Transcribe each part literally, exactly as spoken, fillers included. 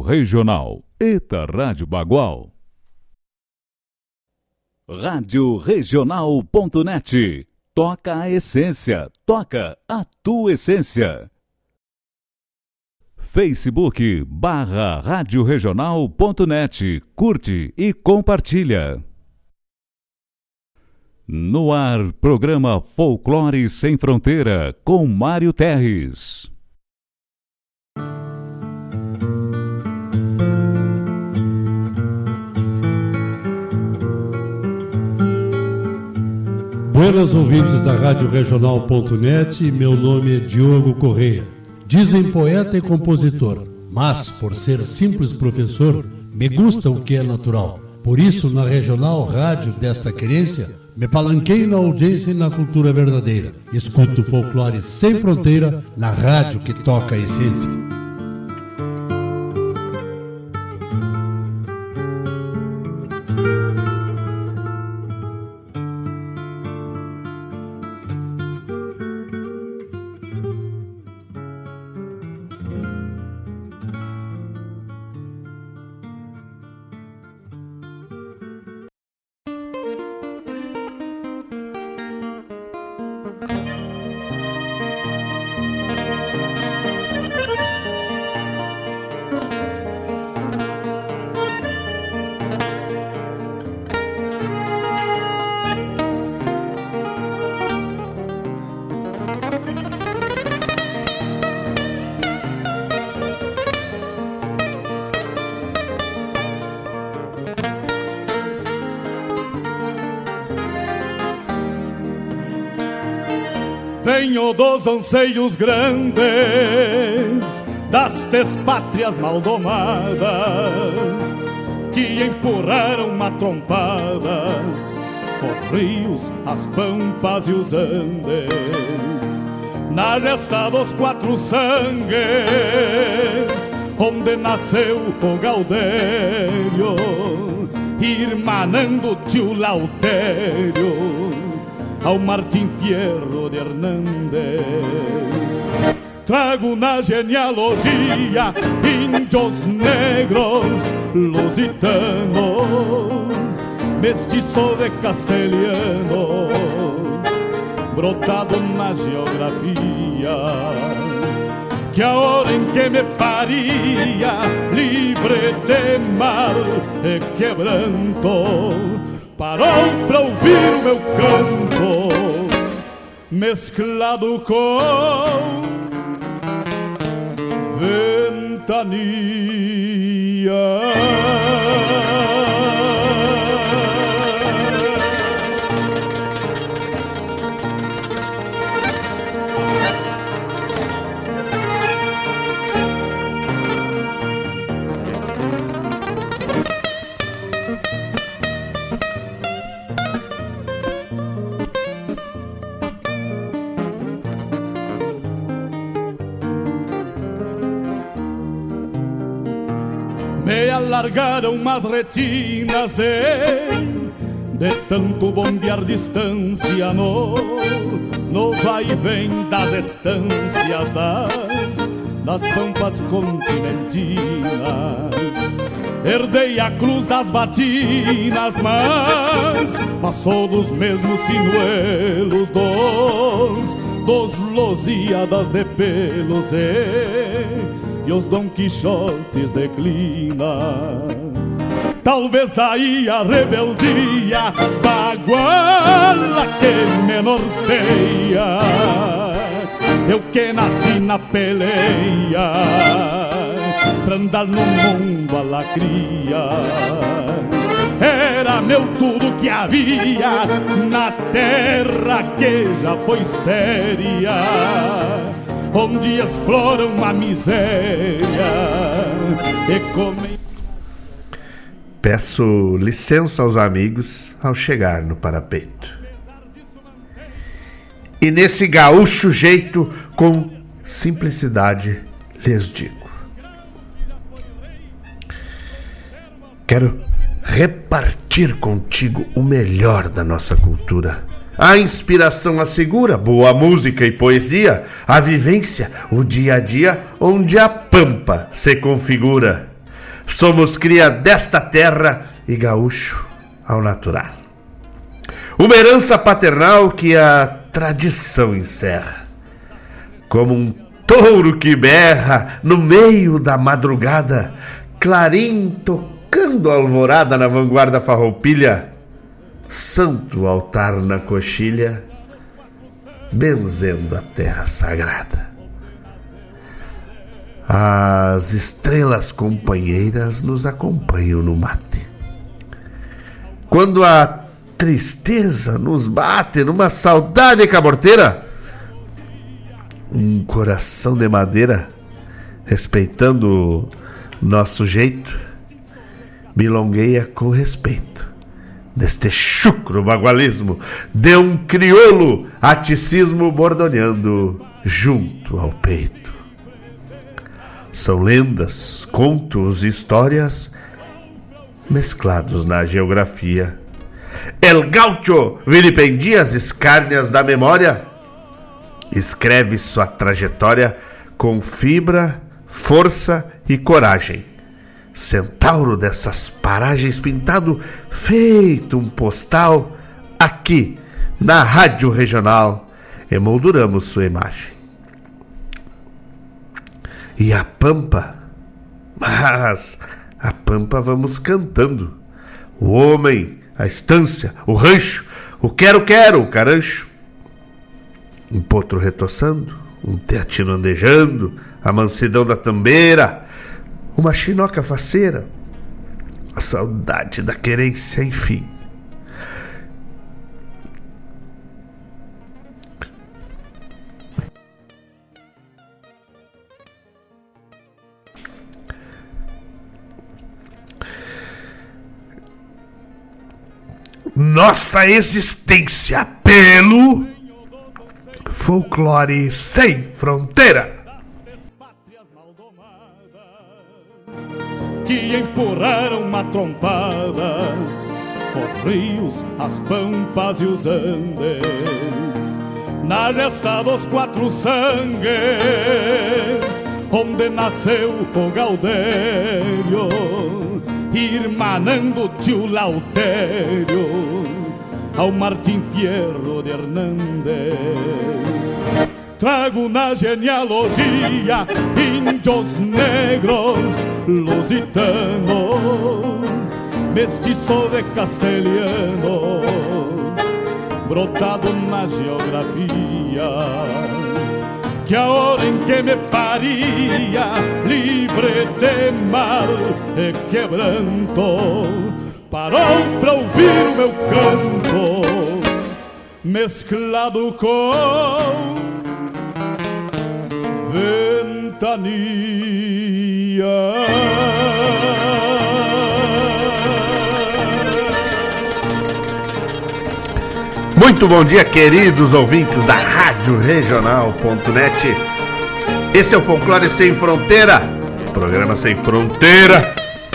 Regional. Eta Rádio Bagual. rádio regional ponto net. Toca a essência. Toca a tua essência. Facebook barra rádio regional ponto net. Curte e compartilha. No ar, programa Folclore Sem Fronteira, com Mário Terres. Buenas ouvintes da rádio regional ponto net, meu nome é Diogo Correia. Dizem poeta e compositor, mas por ser simples professor, me gusta o que é natural. Por isso, na regional rádio desta querência, me palanquei na audiência e na cultura verdadeira. Escuto Folclore Sem Fronteira na rádio que toca a essência. Venho dos anseios grandes das despátrias maldomadas que empurraram matrompadas os rios, as pampas e os andes, na gesta dos quatro sangues, onde nasceu o Gaudério, irmanando tio Lautério ao Martim Fierro de Hernández. Trago na genealogia índios negros lusitanos, mestiço de castelhano, brotado na geografia, que a hora em que me paria, livre de mal e quebranto, parou pra ouvir o meu canto, mesclado com ventania. Me alargaram umas retinas de, de tanto bombear distância no, no vai e vem das estâncias das, das pampas continentinas. Herdei a cruz das batinas, mas passou dos mesmos sinuelos dos, dos Lusíadas de pelos e, e os Dom Quixotes declinam. Talvez daí a rebeldia baguala que me norteia, eu que nasci na peleia pra andar no mundo a lacria. Era meu tudo que havia na terra que já foi séria, onde exploram a miséria e comem. Peço licença aos amigos ao chegar no parapeito. E nesse gaúcho jeito, com simplicidade, lhes digo: quero repartir contigo o melhor da nossa cultura. A inspiração assegura, boa música e poesia, a vivência, o dia a dia, onde a pampa se configura. Somos cria desta terra e gaúcho ao natural. Uma herança paternal que a tradição encerra. Como um touro que berra no meio da madrugada, clarim tocando alvorada na vanguarda farroupilha, santo altar na coxilha, benzendo a terra sagrada. As estrelas companheiras nos acompanham no mate. Quando a tristeza nos bate numa saudade caborteira, um coração de madeira, respeitando nosso jeito, milongueia com respeito deste chucro bagualismo de um crioulo aticismo bordoneando junto ao peito. São lendas, contos e histórias mesclados na geografia. El Gaucho vilipendia as escárnias da memória, escreve sua trajetória com fibra, força e coragem. Centauro dessas paragens pintado, feito um postal, aqui na Rádio Regional emolduramos sua imagem. E a pampa, mas a pampa vamos cantando. O homem, a estância, o rancho, o quero-quero, o carancho. Um potro retoçando, um teatino andejando, a mansidão da tambeira, uma chinoca faceira, a saudade da querência, enfim. Nossa existência pelo folclore sem fronteira. Que empurraram matrompadas os rios, as pampas e os andes, na gesta dos quatro sangues, onde nasceu o Gaudério, irmanando tio Lautério ao Martim Fierro de Hernández. Trago na genealogia índios negros, lusitanos, mestiço de castelhano, brotado na geografia, que a hora em que me paria, livre de mal e quebranto, parou pra ouvir o meu canto, mesclado com ventania. Muito bom dia, queridos ouvintes da Rádio Regional ponto net. Esse é o Folclore Sem Fronteira, programa sem fronteira.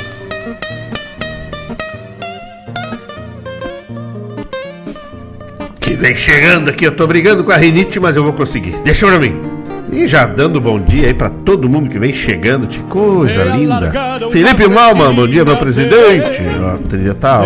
Que vem chegando aqui, eu tô brigando com a rinite, mas eu vou conseguir. Deixa pra mim. E já dando bom dia aí pra todo mundo que vem chegando, que coisa linda. Felipe Malman, bom dia, meu presidente. Ó, trilha tal.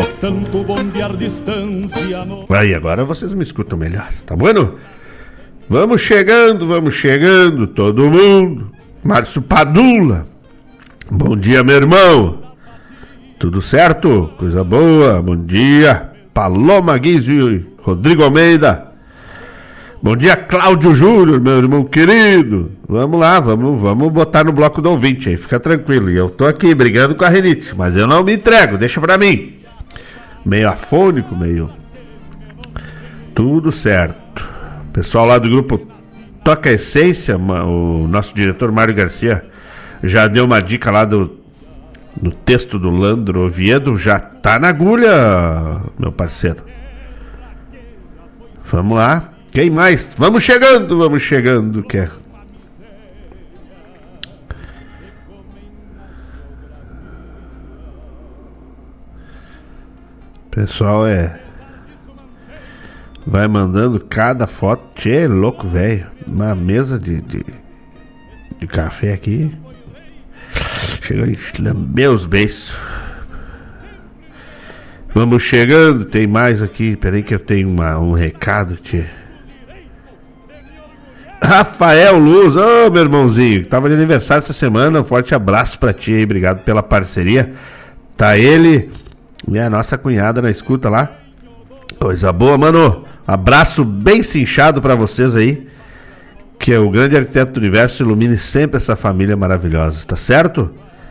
Aí, agora vocês me escutam melhor, tá bueno? Vamos chegando, vamos chegando, todo mundo. Márcio Padula, bom dia, meu irmão. Tudo certo? Coisa boa, bom dia. Paloma Guizio e Rodrigo Almeida. Bom dia, Cláudio Júnior, meu irmão querido. Vamos lá, vamos, vamos botar no bloco do ouvinte aí, fica tranquilo. Eu tô aqui brigando com a rinite, mas eu não me entrego, deixa pra mim. Meio afônico, meio... Tudo certo. Pessoal lá do grupo Toca Essência, o nosso diretor Mário Garcia já deu uma dica lá do, no texto do Landro Oviedo, já tá na agulha, meu parceiro. Vamos lá. Quem mais? Vamos chegando, vamos chegando, que é... Pessoal, é... vai mandando cada foto. Tchê, louco, velho. Uma mesa de, de... de café aqui. Chega aí, meus beijos. Vamos chegando, tem mais aqui. Peraí que eu tenho uma, um recado, tia. Rafael Luz, ô oh, meu irmãozinho, que tava de aniversário essa semana. Um forte abraço pra ti aí, obrigado pela parceria. Tá ele e a nossa cunhada na escuta lá. Coisa boa, mano. Abraço bem cinchado pra vocês aí. Que é o grande arquiteto do universo ilumine sempre essa família maravilhosa, tá certo?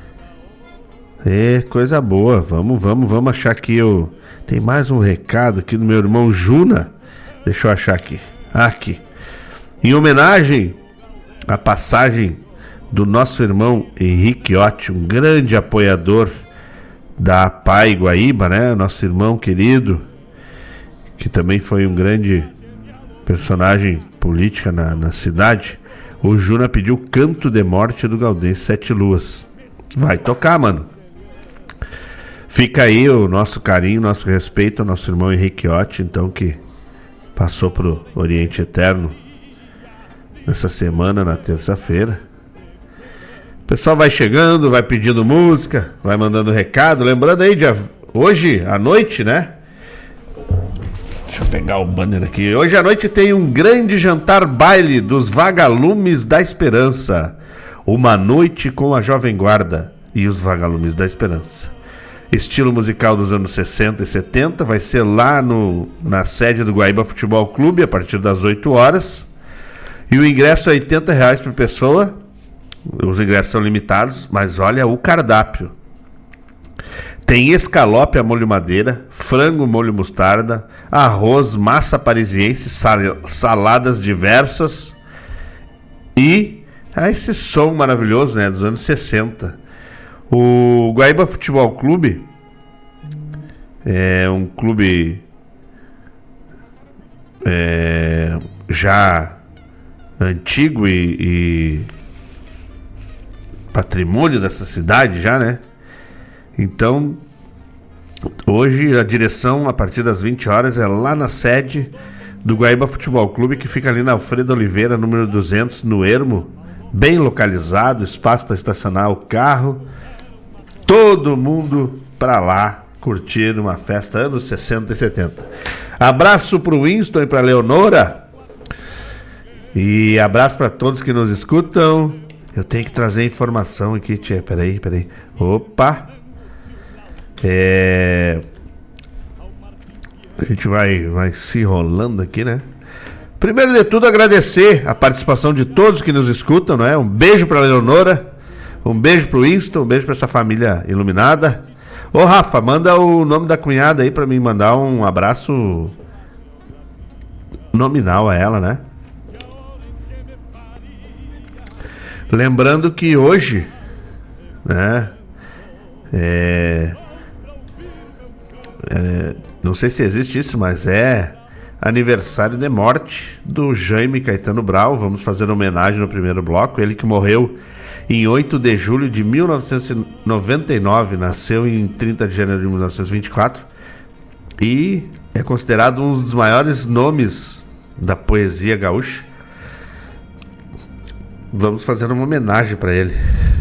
É, coisa boa. Vamos, vamos, vamos achar aqui o... Tem mais um recado aqui do meu irmão Juna. Deixa eu achar aqui. Aqui. Em homenagem à passagem do nosso irmão Henrique Otti, um grande apoiador da A P A I Guaíba, né? Nosso irmão querido, que também foi um grande personagem política na, na cidade. O Juna pediu Canto de Morte do Gaudense Sete Luas. Vai tocar, mano. Fica aí o nosso carinho, nosso respeito ao nosso irmão Henrique Otti, então, que passou pro Oriente Eterno nessa semana, na terça-feira. O pessoal vai chegando, vai pedindo música, vai mandando recado. Lembrando aí, de hoje à noite, né? Deixa eu pegar o banner aqui. Hoje à noite tem um grande jantar baile dos Vagalumes da Esperança. Uma noite com a Jovem Guarda e os Vagalumes da Esperança. Estilo musical dos anos sessenta e setenta. Vai ser lá no, na sede do Guaíba Futebol Clube a partir das oito horas. E o ingresso é oitenta reais por pessoa. Os ingressos são limitados, mas olha o cardápio. Tem escalope a molho madeira, frango molho mostarda, arroz, massa parisiense, sal, saladas diversas e ah, esse som maravilhoso, né, dos anos sessenta. O Guaíba Futebol Clube é um clube é, já antigo e, e patrimônio dessa cidade já, né? Então, hoje a direção, a partir das vinte horas, é lá na sede do Guaíba Futebol Clube, que fica ali na Alfredo Oliveira, número duzentos, no Ermo, bem localizado, espaço para estacionar o carro. Todo mundo para lá curtir uma festa anos sessenta e setenta. Abraço pro Winston e pra Leonora. E abraço para todos que nos escutam. Eu tenho que trazer informação aqui, tia. Peraí, peraí. Opa! É... A gente vai, vai se enrolando aqui, né? Primeiro de tudo, agradecer a participação de todos que nos escutam, não é? Um beijo pra Leonora. Um beijo pro Winston, um beijo pra essa família iluminada. Ô Rafa, manda o nome da cunhada aí pra mim mandar um abraço nominal a ela, né? Lembrando que hoje, né? É, é, não sei se existe isso, mas é aniversário de morte do Jaime Caetano Brau. Vamos fazer homenagem no primeiro bloco. Ele que morreu em oito de julho de mil novecentos e noventa e nove, nasceu em trinta de janeiro de mil novecentos e vinte e quatro e é considerado um dos maiores nomes da poesia gaúcha. Vamos fazer uma homenagem para ele.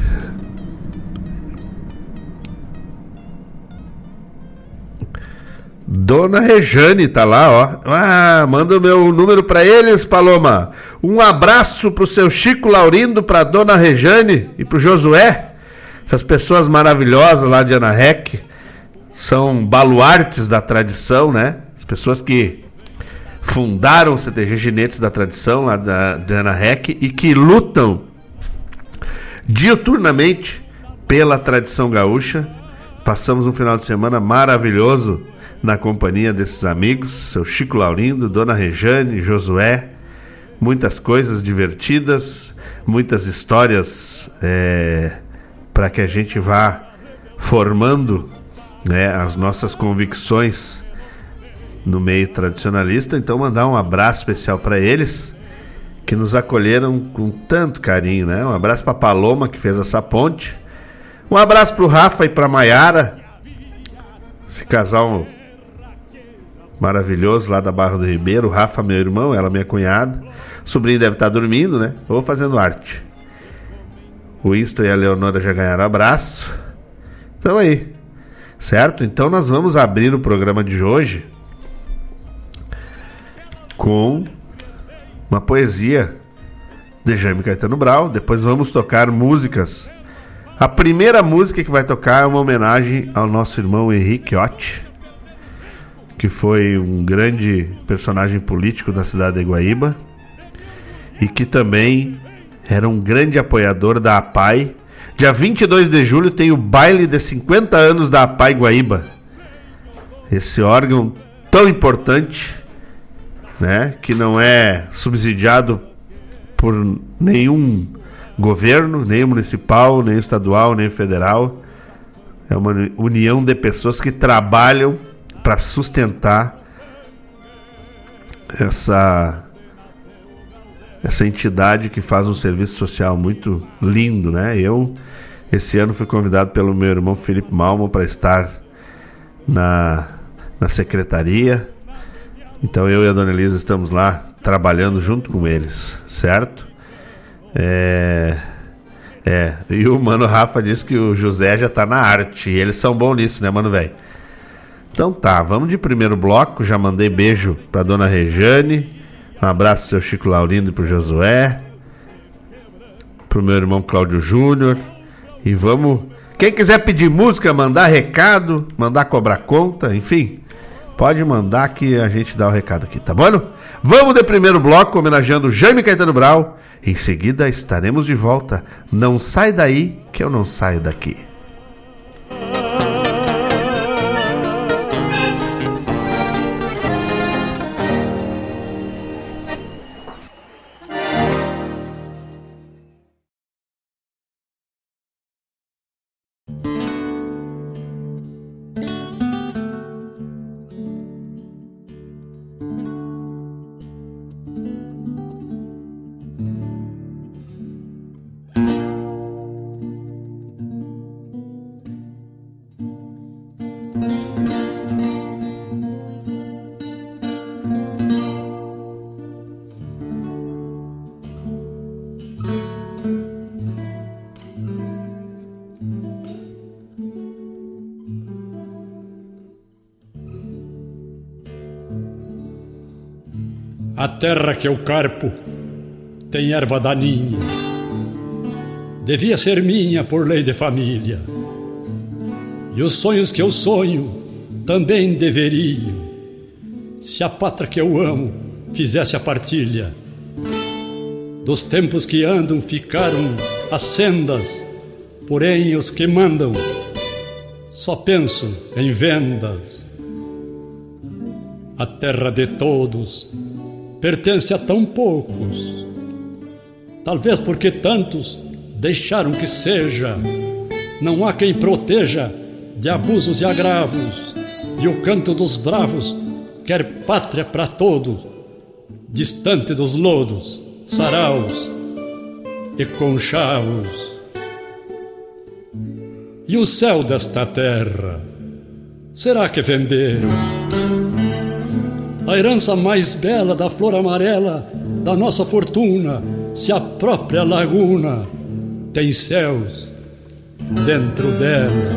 Dona Rejane tá lá, ó. Ah, manda o meu número pra eles, Paloma. Um abraço pro seu Chico Laurindo, pra Dona Rejane e pro Josué. Essas pessoas maravilhosas lá de Ana Rec. São baluartes da tradição, né? As pessoas que fundaram o C T G Ginetes da Tradição lá da, de Ana Rec e que lutam diuturnamente pela tradição gaúcha. Passamos um final de semana maravilhoso na companhia desses amigos, seu Chico Laurindo, Dona Rejane, Josué, muitas coisas divertidas, muitas histórias é, para que a gente vá formando, né, as nossas convicções no meio tradicionalista. Então mandar um abraço especial para eles, que nos acolheram com tanto carinho, né? Um abraço para Paloma, que fez essa ponte, um abraço para o Rafa e para Maiara, esse casal maravilhoso lá da Barra do Ribeiro. O Rafa, meu irmão, ela minha cunhada. O sobrinho deve estar dormindo, né? Ou fazendo arte. O Winston e a Leonora já ganharam abraço. Então aí, certo? Então nós vamos abrir o programa de hoje com uma poesia de Jaime Caetano Brau. Depois vamos tocar músicas. A primeira música que vai tocar é uma homenagem ao nosso irmão Henrique Ott, que foi um grande personagem político da cidade de Guaíba e que também era um grande apoiador da A P A I. Dia vinte e dois de julho tem o baile de cinquenta anos da A P A I Guaíba. Esse órgão tão importante, né, que não é subsidiado por nenhum governo, nem municipal, nem estadual, nem federal. É uma união de pessoas que trabalham para sustentar essa essa entidade que faz um serviço social muito lindo, né? Eu, esse ano, fui convidado pelo meu irmão Felipe Malmo para estar na, na secretaria. Então eu e a dona Elisa estamos lá trabalhando junto com eles, certo? É, é, e o mano Rafa disse que o José já tá na arte, e eles são bons nisso, né, mano, velho? Então tá, vamos de primeiro bloco. Já mandei beijo pra dona Rejane, um abraço pro seu Chico Laurindo e pro Josué, pro meu irmão Cláudio Júnior. E vamos, quem quiser pedir música, mandar recado, mandar cobrar conta, enfim, pode mandar que a gente dá o recado aqui, tá bom? Vamos de primeiro bloco, homenageando Jaime Caetano Brau. Em seguida estaremos de volta. Não sai daí que eu não saio daqui. A terra que eu carpo tem erva daninha, devia ser minha por lei de família. E os sonhos que eu sonho também deveriam, se a pátria que eu amo fizesse a partilha. Dos tempos que andam ficaram as sendas, porém os que mandam só pensam em vendas. A terra de todos pertence a tão poucos, talvez porque tantos deixaram que seja. Não há quem proteja de abusos e agravos, e o canto dos bravos quer pátria para todos, distante dos lodos, saraus e conchavos. E o céu desta terra, será que venderam a herança mais bela da flor amarela da nossa fortuna, se a própria laguna tem céus dentro dela?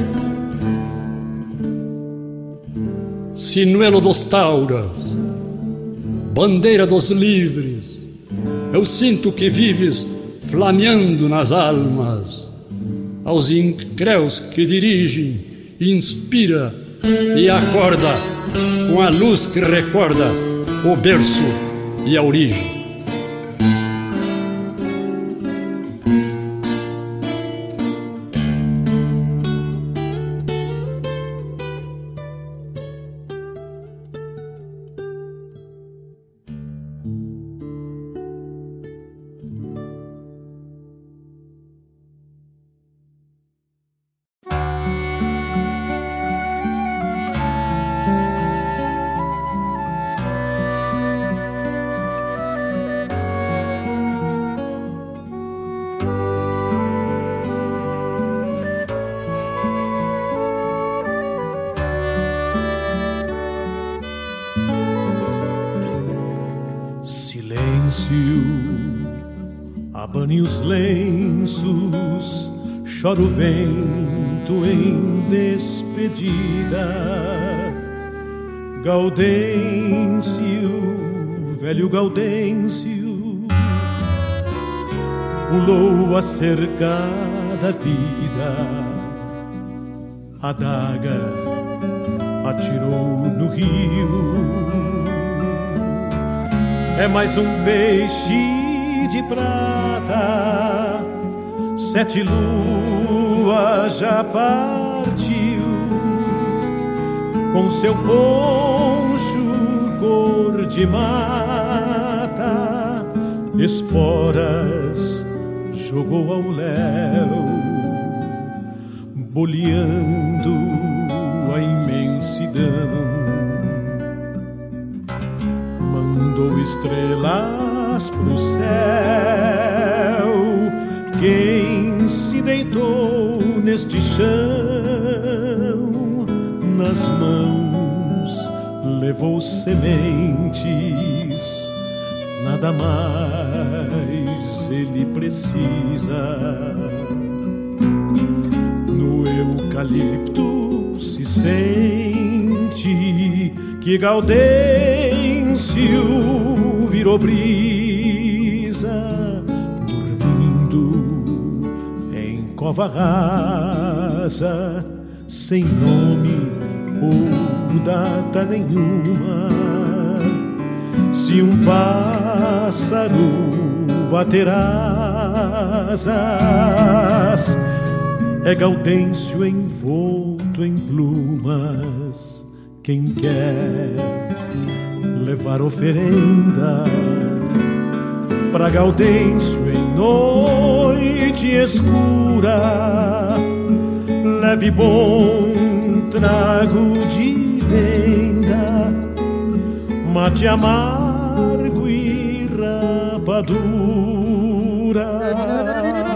Sinuelo dos tauras, bandeira dos livres, eu sinto que vives flameando nas almas. Aos incréus que dirigem, inspira e acorda com a luz que recorda o berço e a origem. abane os lenços, chora o vento em despedida. Gaudêncio, velho Gaudêncio, pulou a cercada vida, a adaga atirou no rio. É mais um peixe de prata, sete luas já partiu, com seu poncho cor de mata, esporas jogou ao léu, boleando a imensidão. Mandou estrelas pro céu, quem se deitou neste chão, nas mãos levou sementes, nada mais ele precisa. No eucalipto se sente que Gaudêncio virou brisa, dormindo em cova rasa, sem nome ou data nenhuma. Se um pássaro bater asas, é Gaudêncio envolto em plumas. Quem quer levar oferenda pra Gaudêncio em noite escura, leve bom trago de venda, mate amargo e rapadura.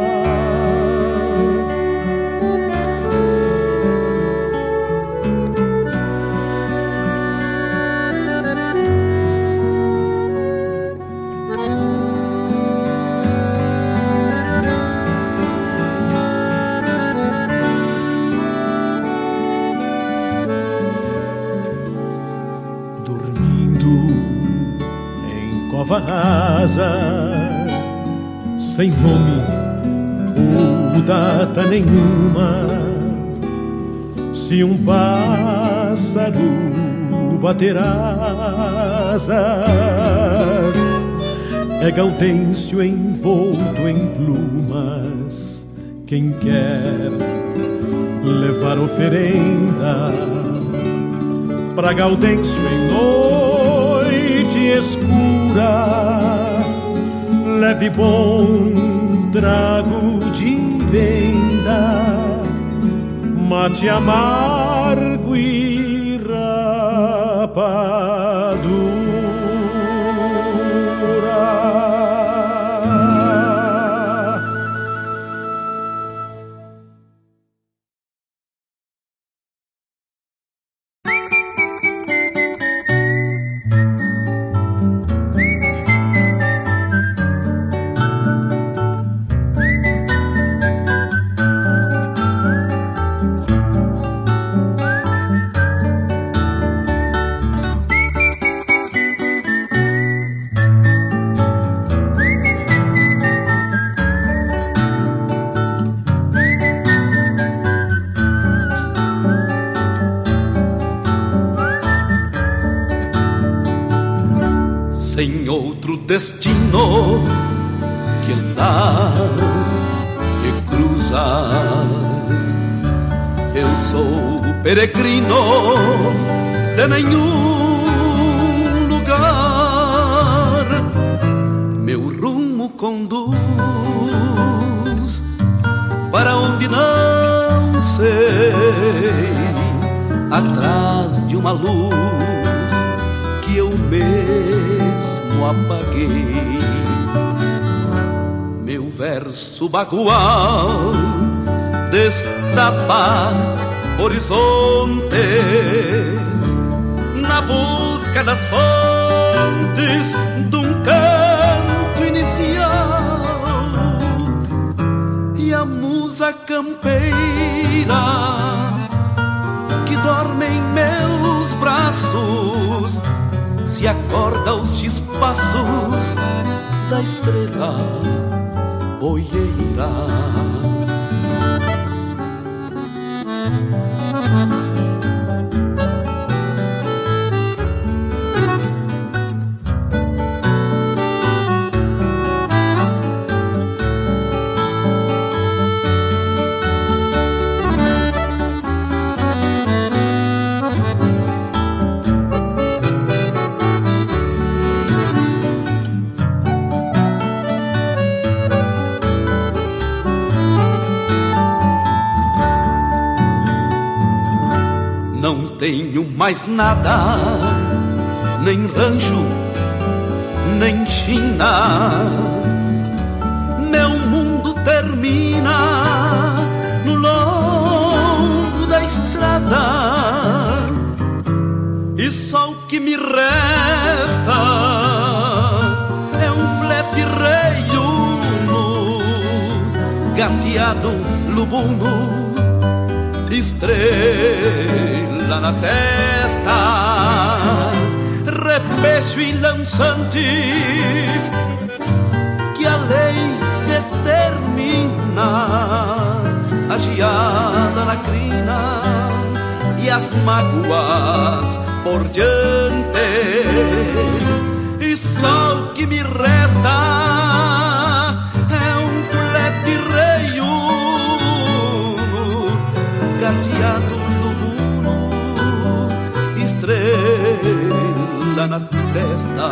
Cova rasa, sem nome ou data nenhuma. Se um pássaro bater asas, é Gaudêncio envolto em plumas. Quem quer levar oferenda pra Gaudêncio em noite escura, leve bom trago de venda, mate amargo e rapadura. Sem outro destino que andar e cruzar, eu sou peregrino de nenhum lugar. Meu rumo conduz para onde não sei, atrás de uma luz que eu mesmo apaguei. Meu verso bagual destapa horizontes na busca das fontes de um canto inicial. musa campeira que dorme em meus braços se acorda aos chispazos da estrela boieira. Não tenho mais nada, nem rancho, nem china. Meu mundo termina no longo da estrada e só o que me resta é um flete reiuno, gateado lubuno, estrela na testa, repecho e lançante que a lei determina, a geada na crina e as mágoas por diante, e só o que me resta é um flete reiuno, gateado lubuno, estrela na testa.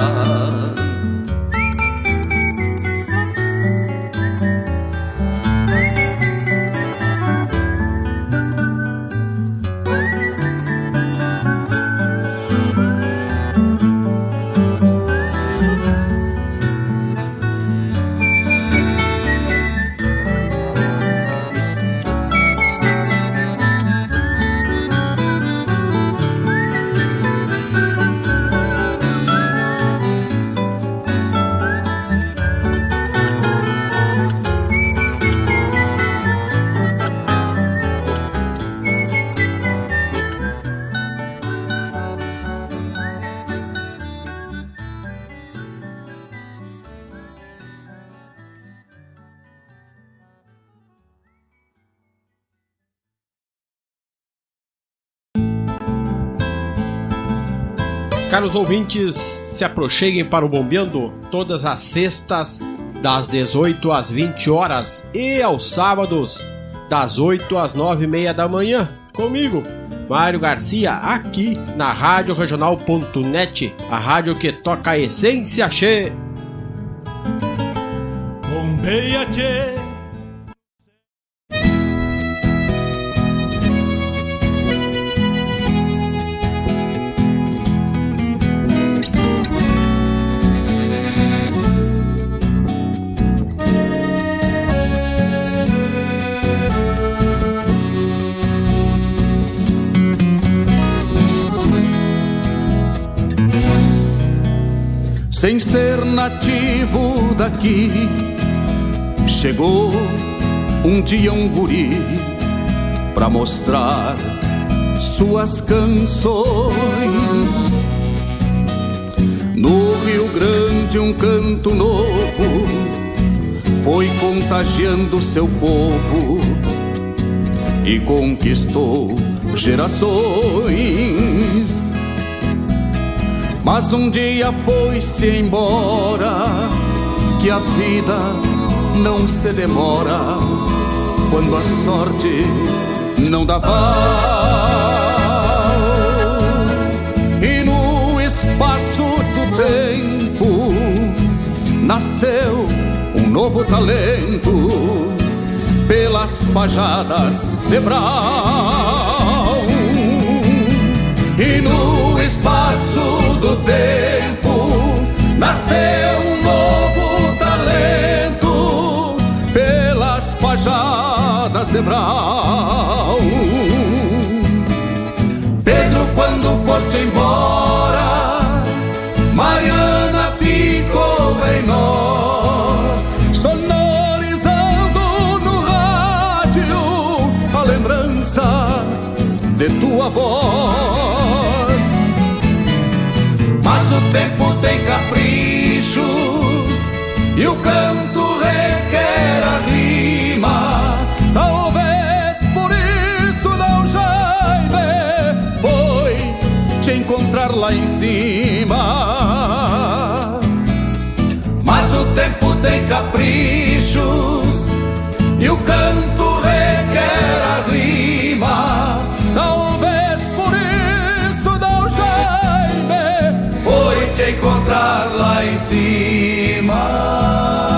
Caros ouvintes, se aproxeguem para o Bombeando todas as sextas, das dezoito às vinte horas, e aos sábados, das oito às nove e meia da manhã, comigo, Mário Garcia, aqui na rádio regional ponto net, a rádio que toca a essência, che. Bombeia, che. Sem ser nativo daqui, chegou um dia um guri pra mostrar suas canções. No Rio Grande um canto novo foi contagiando seu povo e conquistou gerações. Mas um dia foi-se embora, que a vida não se demora quando a sorte não dá val. E no espaço do tempo nasceu um novo talento pelas pajadas de Brau. E no espaço do tempo nasceu um novo talento pelas pajadas de Brau. Pedro, quando foste embora, Mariana ficou em nós, sonorizando no rádio tua voz. Mas o tempo tem caprichos e o canto requer a rima. Talvez por isso não Jaime foi te encontrar lá em cima. Mas o tempo tem caprichos e o canto requer a rima. Talvez por isso não Jaime foi te encontrar lá em cima.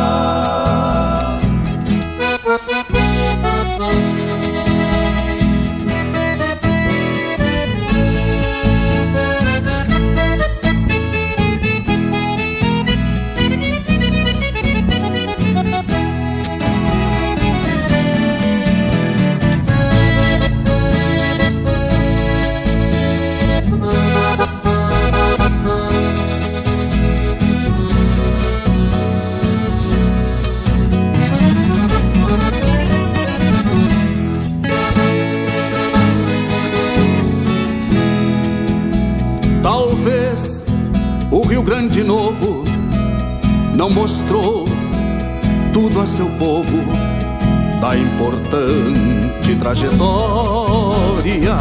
Talvez o Rio Grande Novo não mostrou tudo a seu povo da importante trajetória.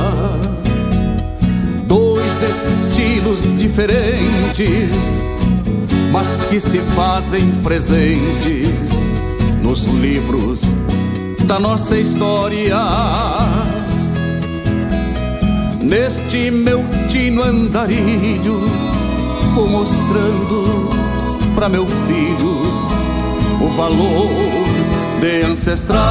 Dois estilos diferentes, mas que se fazem presentes nos livros da nossa história. Neste meu tino andarilho vou mostrando pra meu filho o valor de ancestrais.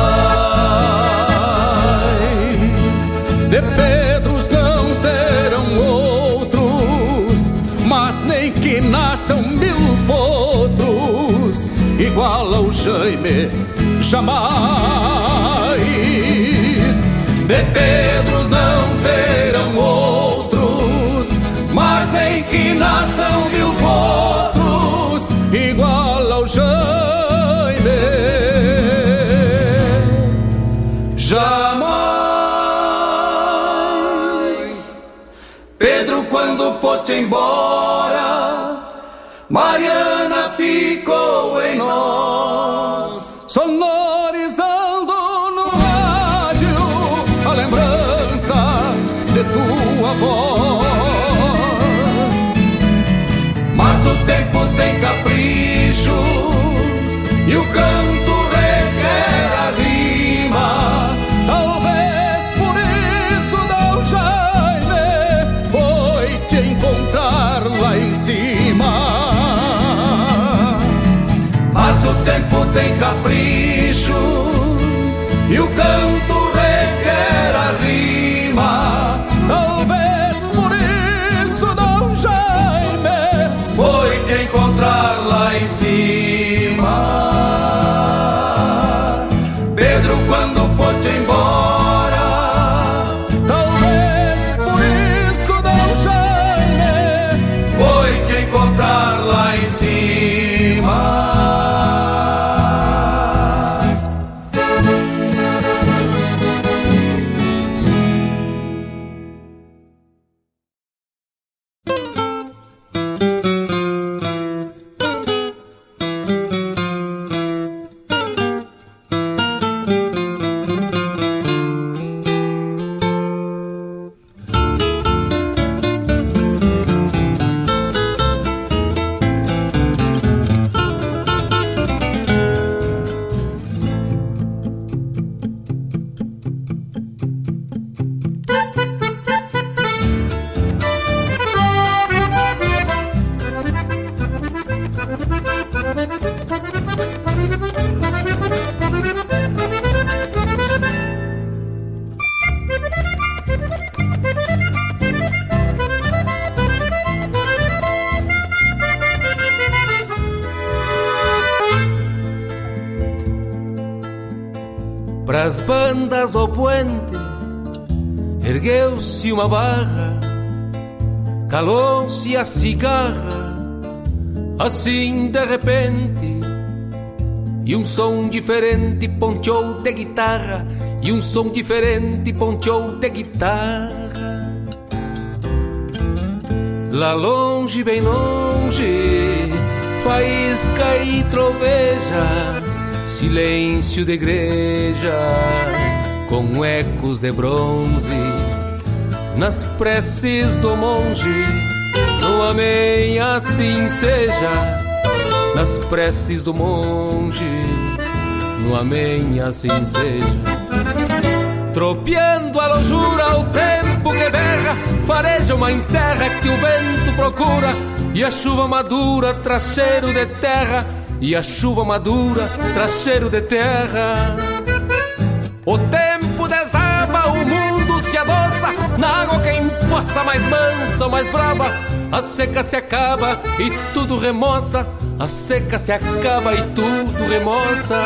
De Pedros não terão outros, mas nem que nasçam mil potros igual ao Jaime jamais. De Pedros não terão outros, mas nem que nasçam mil potros igual ao Jaime jamais. Pedro, quando foste embora, Mariana ficou em nós, sonorizando no rádio a lembrança de tua voz. Mas o tempo tem capricho e o canto requer a rima. Talvez por isso Dom Jaime foi te encontrar lá em cima. Mas o tempo tem capricho e o canto requer a rima. Talvez por isso Dom Jaime foi te encontrar lá em cima. Pedro, quando foste embora, talvez por isso Dom Jaime foi te encontrar lá em cima. Pras bandas ao puente ergueu-se uma barra, calou-se a cigarra, assim de repente, e um som diferente ponteou de guitarra e um som diferente ponteou de guitarra. Lá longe, bem longe, faísca e troveja, silêncio de igreja com ecos de bronze. Nas preces do monge, no amém assim seja. Nas preces do monge, no amém assim seja. Tropeando a lojura, o tempo que berra, fareja uma encerra que o vento procura. E a chuva madura traz cheiro de terra, e a chuva madura traz cheiro de terra. O tempo desaba, o mundo se adoça, na água quem possa mais mansa ou mais brava. A seca se acaba e tudo remoça, a seca se acaba e tudo remoça.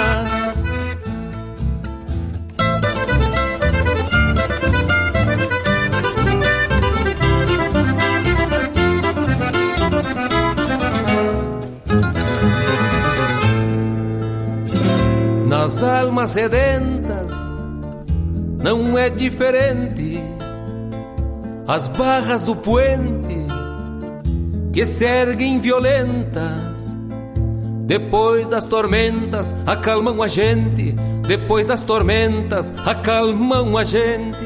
Nas almas sedentas não é diferente. As barras do puente que se erguem violentas, depois das tormentas acalmam a gente. Depois das tormentas acalmam a gente.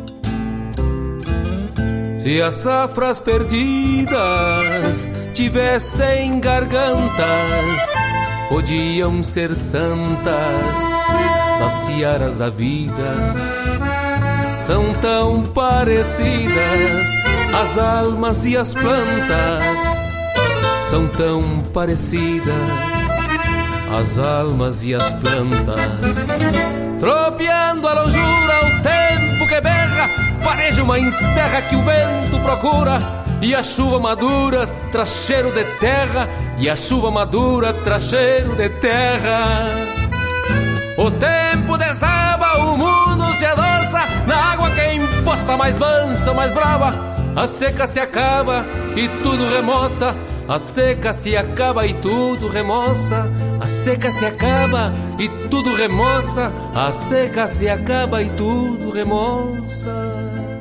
Se as safras perdidas tivessem gargantas, podiam ser santas das searas da vida. São tão parecidas as almas e as plantas, são tão parecidas as almas e as plantas. Tropeando a lojura, o tempo que berra, fareja uma encerra que o vento procura. E a chuva madura traz cheiro de terra, e a chuva madura traz cheiro de terra. O tempo desaba, o mundo se adoça, na água quem possa mais mansa ou mais brava. A seca se acaba e tudo remoça, a seca se acaba e tudo remoça. A seca se acaba e tudo remoça, a seca se acaba e tudo remoça.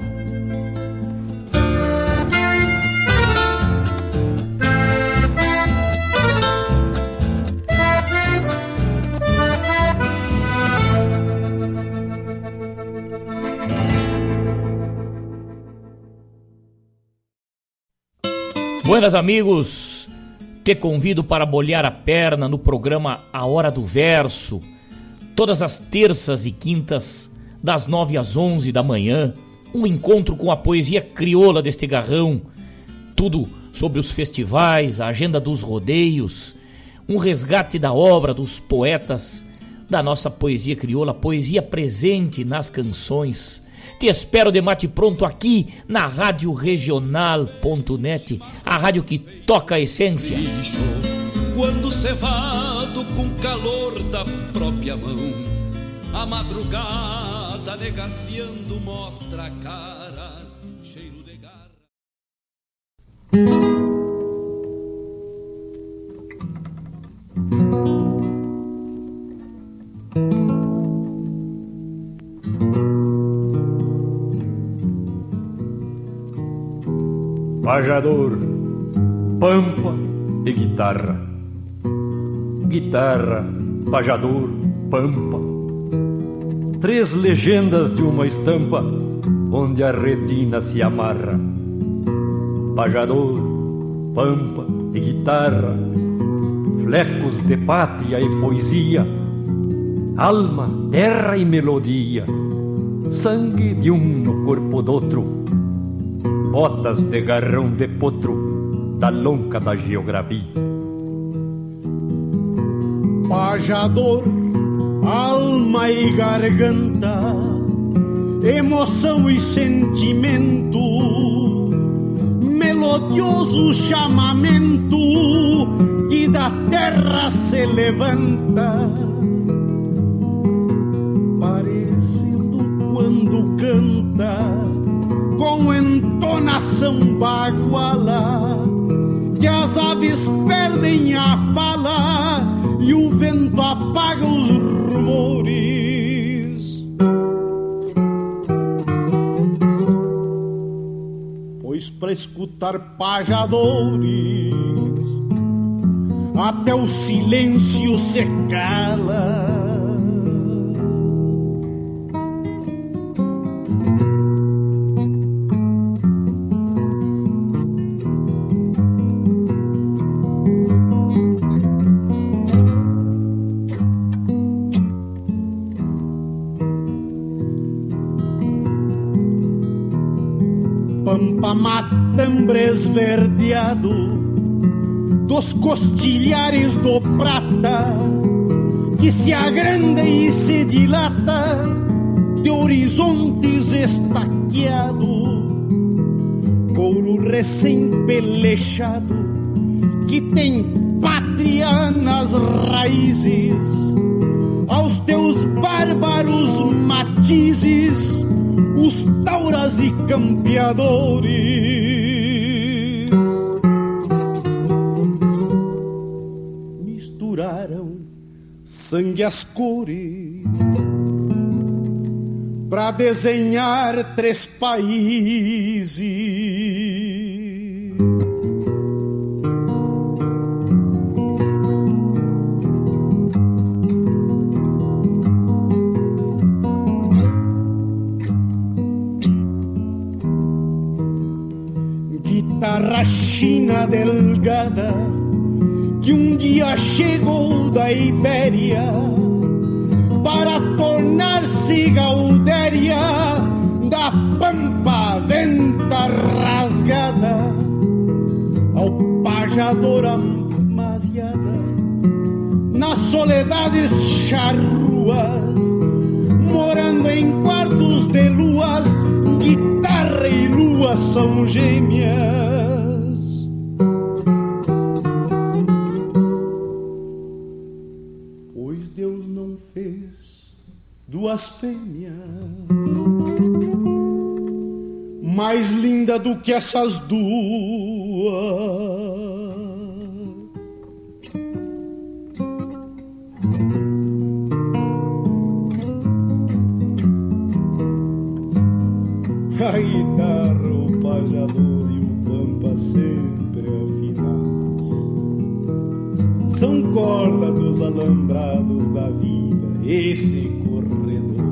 Buenas amigos, te convido para bolhar a perna no programa A Hora do Verso, todas as terças e quintas, das nove às onze da manhã, um encontro com a poesia crioula deste garrão, tudo sobre os festivais, a agenda dos rodeios, um resgate da obra dos poetas da nossa poesia crioula, poesia presente nas canções. Te espero de mate pronto aqui na rádio regional ponto net, a rádio que toca a essência. Quando cevado com calor da própria mão, a madrugada negaciando mostra a cara, cheiro de garra. Pajador, pampa e guitarra. Guitarra, pajador, pampa. Três legendas de uma estampa onde a retina se amarra. Pajador, pampa e guitarra, flecos de pátria e poesia, alma, terra e melodia, sangue de um no corpo do outro, botas de garrão de potro da lonca da geografia. Pajador, alma e garganta, emoção e sentimento, melodioso chamamento que da terra se levanta, parecendo quando canta com entonação baguala, que as aves perdem a fala e o vento apaga os rumores. pois pra escutar pajadores até o silêncio se cala. Pampa matambre esverdeado dos costilhares do prata, que se agranda e se dilata de horizontes estaqueados, couro recém-pelechado que tem pátria nas raízes, aos teus bárbaros matizes os tauras e campeadores. Misturaram sangue às cores pra desenhar três países. Guitarra china delgada que um dia chegou da Ibéria para tornar-se gaudéria da pampa venta rasgada, ao pajador amasiada nas soledades charruas, morando em quartos de luas. Guitarra e lua são gêmeas. Pois Deus não fez duas fêmeas mais linda do que essas duas. A guitarra, o pajador e o pampa sempre afinados são corda dos alambrados da vida, esse corredor.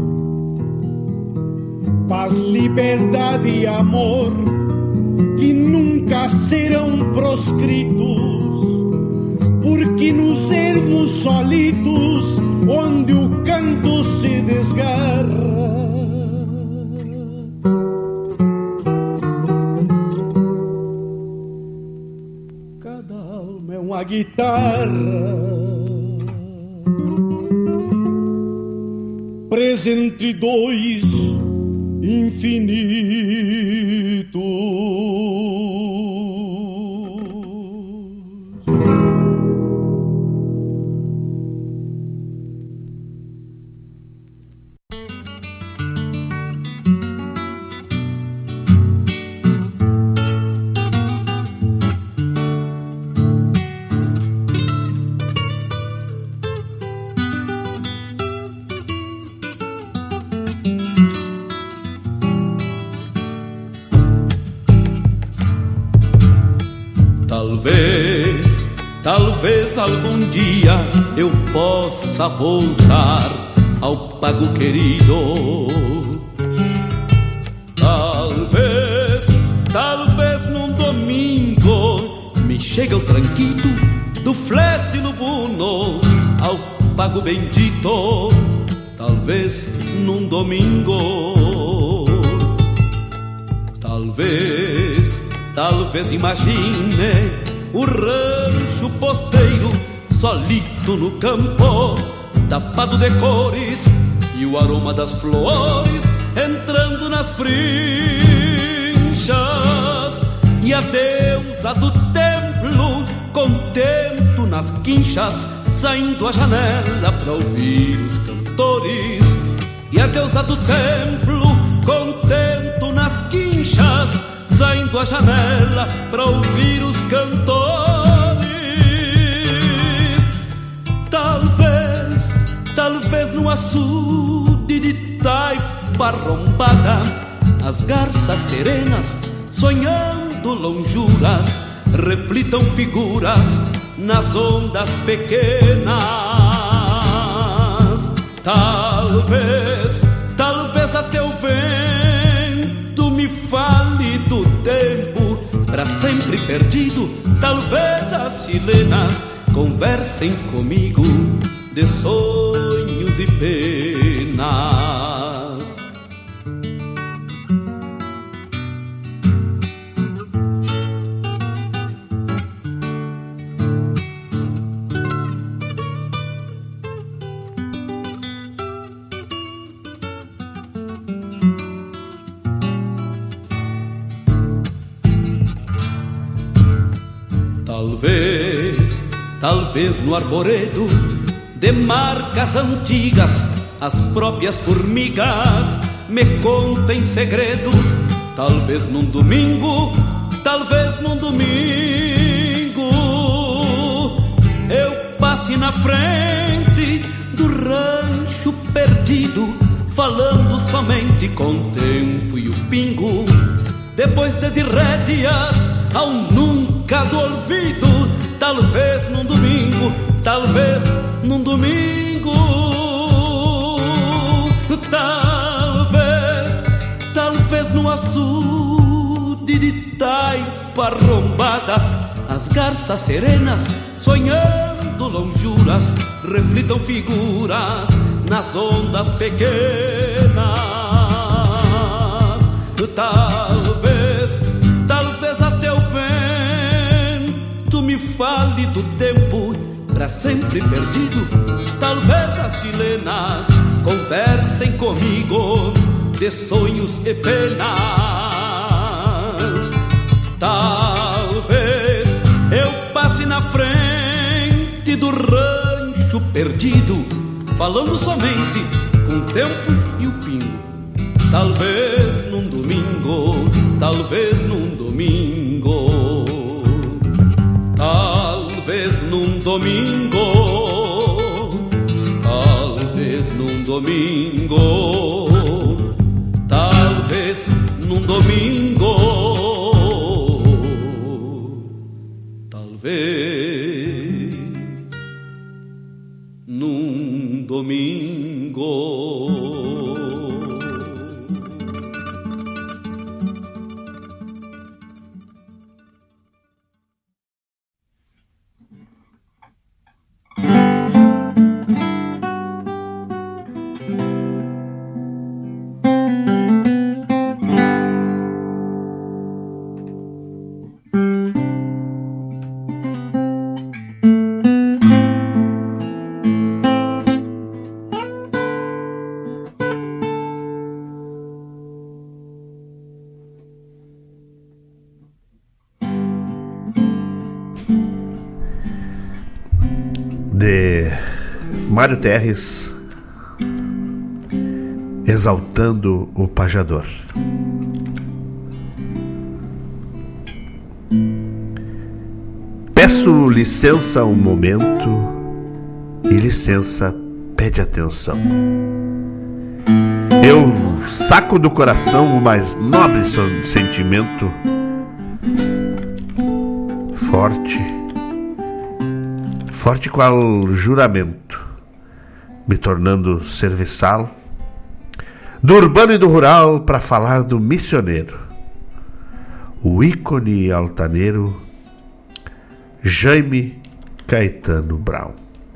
Paz, liberdade e amor que nunca serão proscritos, porque nos ermos solitos onde o canto se desgarra, uma guitarra presa entre dois infinitos. Talvez, talvez algum dia eu possa voltar ao pago querido. Talvez, talvez num domingo me chegue o tranquito do flete no buno ao pago bendito. Talvez num domingo, talvez, talvez imagine o rancho posteiro solito no campo, tapado de cores e o aroma das flores entrando nas frinchas, e a deusa do templo contento nas quinchas, saindo à janela pra ouvir os cantores. E a deusa do templo contento nas quinchas, saindo à janela pra ouvir os cantores. Talvez, talvez no açude de taipa rombada, as garças serenas sonhando lonjuras, reflitam figuras nas ondas pequenas. Talvez, talvez até o vento me fale do tempo pra sempre perdido. Talvez as chilenas conversem comigo de sonhos e penas. Talvez, talvez no arvoredo de marcas antigas as próprias formigas me contem segredos. Talvez num domingo, talvez num domingo eu passe na frente do rancho perdido, falando somente com o tempo e o pingo. Depois de de rédeas ao nunca do olvido. Talvez num domingo, talvez num domingo. Talvez, talvez no açude de taipa arrombada as garças serenas, sonhando lonjuras, reflitam figuras nas ondas pequenas. Talvez, talvez até o vento me fale do tempo pra sempre perdido. Talvez as chilenas conversem comigo de sonhos e penas. Talvez eu passe na frente do rancho perdido, falando somente com o tempo e o pingo. Talvez num domingo, talvez num domingo, talvez num domingo, talvez num domingo, talvez num domingo, talvez num domingo. De Mário Terres, exaltando o pajador. Peço licença um momento, e licença pede atenção. Eu saco do coração o mais nobre sentimento, forte, forte qual juramento, me tornando serviçal do urbano e do rural para falar do missioneiro, o ícone altaneiro Jaime Caetano Brown.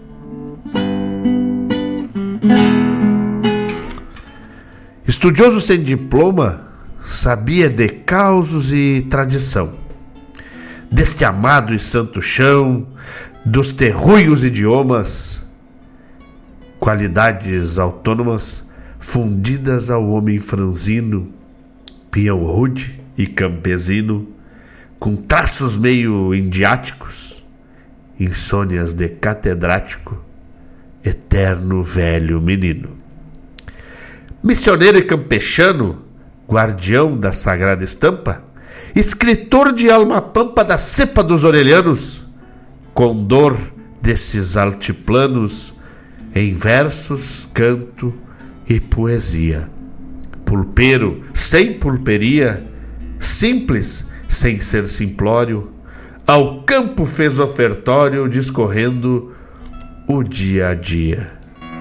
Estudioso sem diploma, sabia de causos e tradição, deste amado e santo chão, dos terruios idiomas, qualidades autônomas fundidas ao homem franzino, peão rude e campesino, com traços meio indiáticos, insônias de catedrático, eterno velho menino. Missioneiro e campechano, guardião da sagrada estampa, escritor de alma pampa da cepa dos orelhanos, condor desses altiplanos, em versos, canto e poesia, pulpeiro sem pulperia, simples, sem ser simplório, ao campo fez ofertório, discorrendo o dia a dia.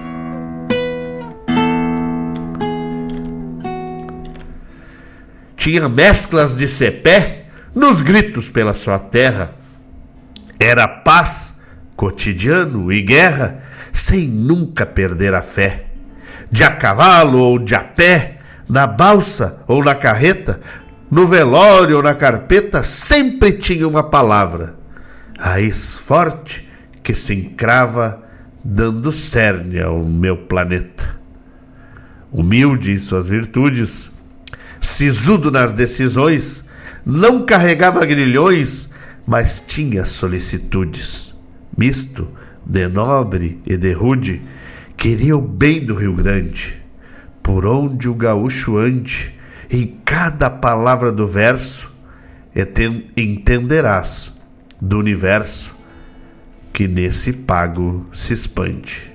Tinha mesclas de cepé nos gritos pela sua terra. Era paz, cotidiano e guerra, sem nunca perder a fé. De a cavalo ou de a pé, na balsa ou na carreta, no velório ou na carpeta, sempre tinha uma palavra, raiz forte que se encrava, dando cerne ao meu planeta. Humilde em suas virtudes, sisudo nas decisões, não carregava grilhões, mas tinha solicitudes. Misto de nobre e de rude, queria o bem do Rio Grande. Por onde o gaúcho ande, em cada palavra do verso, entenderás do universo que nesse pago se expande.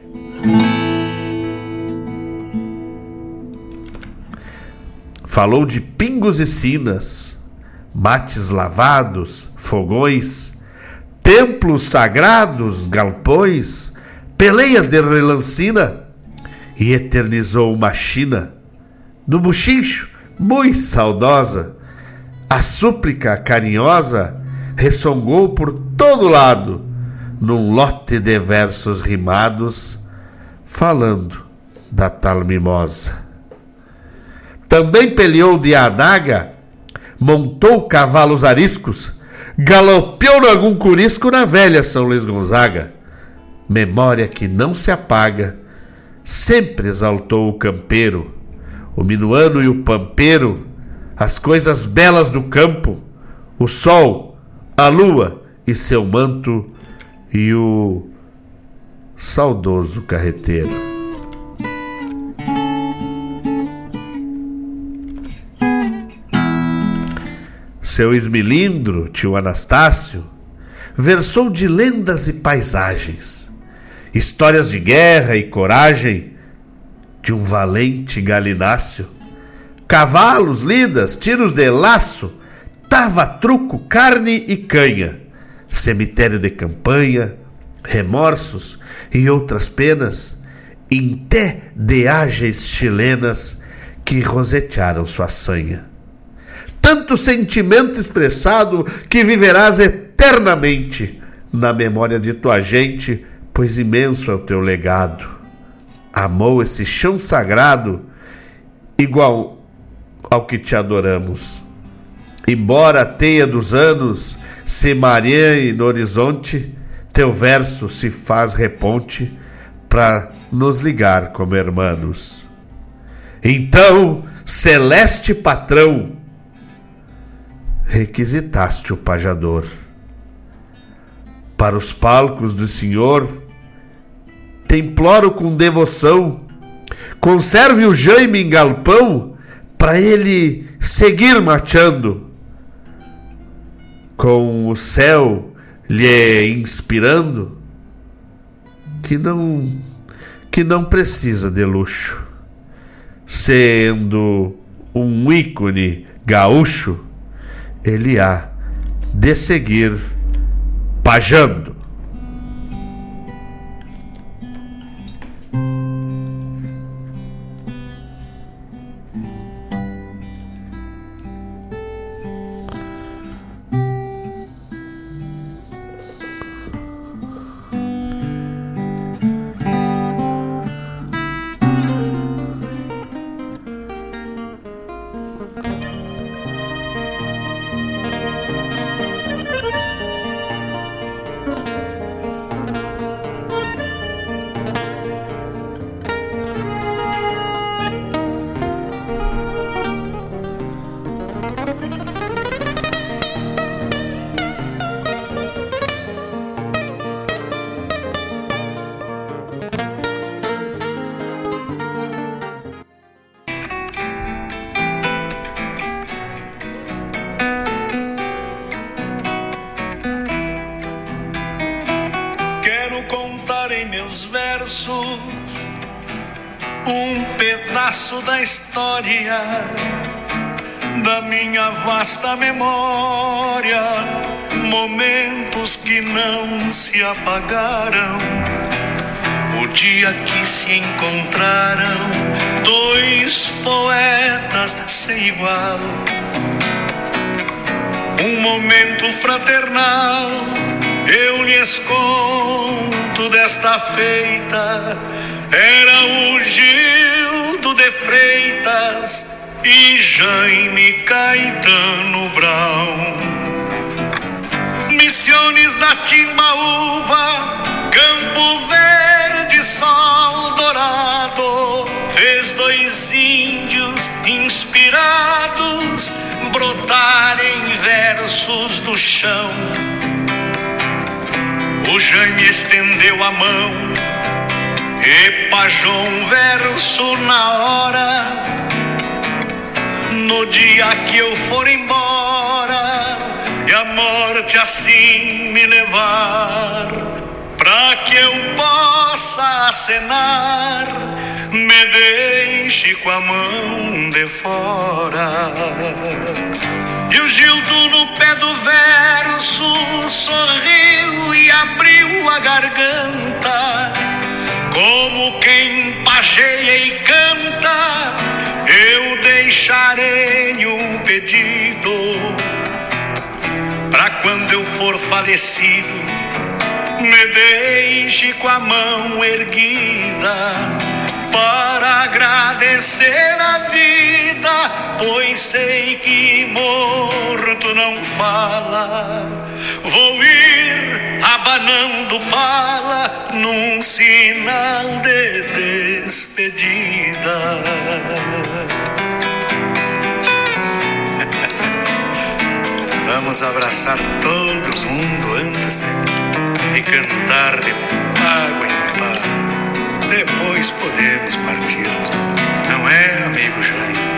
Falou de pingos e sinas, mates lavados, fogões, templos sagrados, galpões, peleias de relancina, e eternizou uma China do buchincho, muito saudosa. A súplica carinhosa ressongou por todo lado, num lote de versos rimados, falando da tal mimosa. Também peleou de adaga, montou cavalos ariscos, galopeou em algum curisco na velha São Luís Gonzaga. Memória que não se apaga, sempre exaltou o campeiro, o minuano e o pampeiro, as coisas belas do campo, o sol, a lua e seu manto, e o saudoso carreteiro. Seu esmilindro, tio Anastácio, versou de lendas e paisagens, histórias de guerra e coragem de um valente galináceo. Cavalos, lidas, tiros de laço, tava truco, carne e canha, cemitério de campanha, remorsos e outras penas, inté de ágeis chilenas que rosetearam sua sanha. Tanto sentimento expressado que viverás eternamente na memória de tua gente, pois imenso é o teu legado. Amou esse chão sagrado, igual ao que te adoramos. Embora a teia dos anos se mareie no horizonte, teu verso se faz reponte para nos ligar como irmãos. Então, celeste patrão, requisitaste o pajador. Para os palcos do Senhor, te imploro com devoção, conserve o Jaime em galpão, para ele seguir mateando, com o céu lhe inspirando, que não, que não precisa de luxo, sendo um ícone gaúcho, ele há de seguir pajando. Um pedaço da história da minha vasta memória, momentos que não se apagaram. O dia que se encontraram dois poetas sem igual. Um momento fraternal, eu lhes conto desta feita. Era o Gildo de Freitas e Jaime Caetano Brown. Missiones da Timbaúva, Campo Verde, sol dourado, fez dois índios inspirados brotarem versos do chão. O Jaime estendeu a mão e pajou um verso na hora. No dia que eu for embora e a morte assim me levar, pra que eu possa acenar, me deixe com a mão de fora. E o Gildo no pé do verso sorriu e abriu a garganta, como quem pageia e canta. Eu deixarei um pedido, pra quando eu for falecido, me deixe com a mão erguida, para agradecer a vida, pois sei que morto não fala. Vou ir abanando pala num sinal de despedida. Vamos abraçar todo mundo antes de, de cantar de pago em pago. Depois podemos partir, não é, amigo Jaime?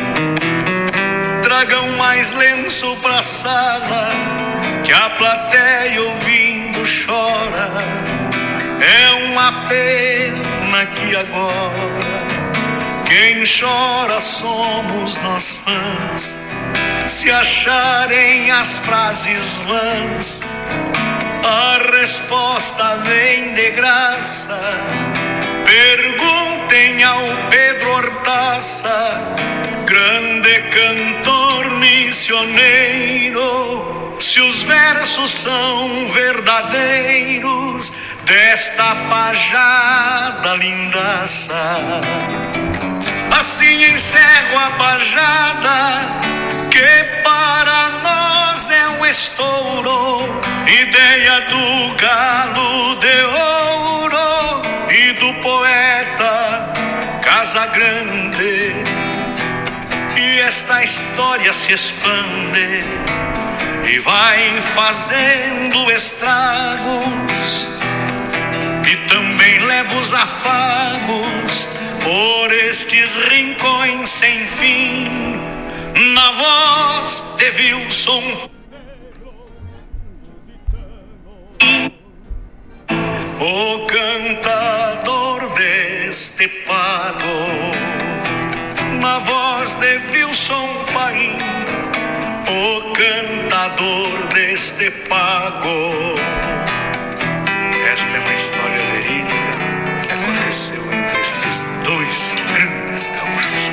Tragam mais lenço pra sala, que a plateia ouvindo chora. É uma pena que agora quem chora somos nós fãs. Se acharem as frases vãs, a resposta vem de graça. Perguntem ao Pedro Hortaça, grande cantor missioneiro, se os versos são verdadeiros desta pajada lindaça. Assim encerro a pajada, que para nós é um estouro, ideia do galo de ouro e do poeta Casagrande. E esta história se expande e vai fazendo estragos, e também leva os afagos por estes rincões sem fim. Na voz de Wilson, o cantador deste pago. Na voz de Wilson Paim, o cantador deste pago. Esta é uma história verídica que aconteceu entre estes dois grandes gaúchos.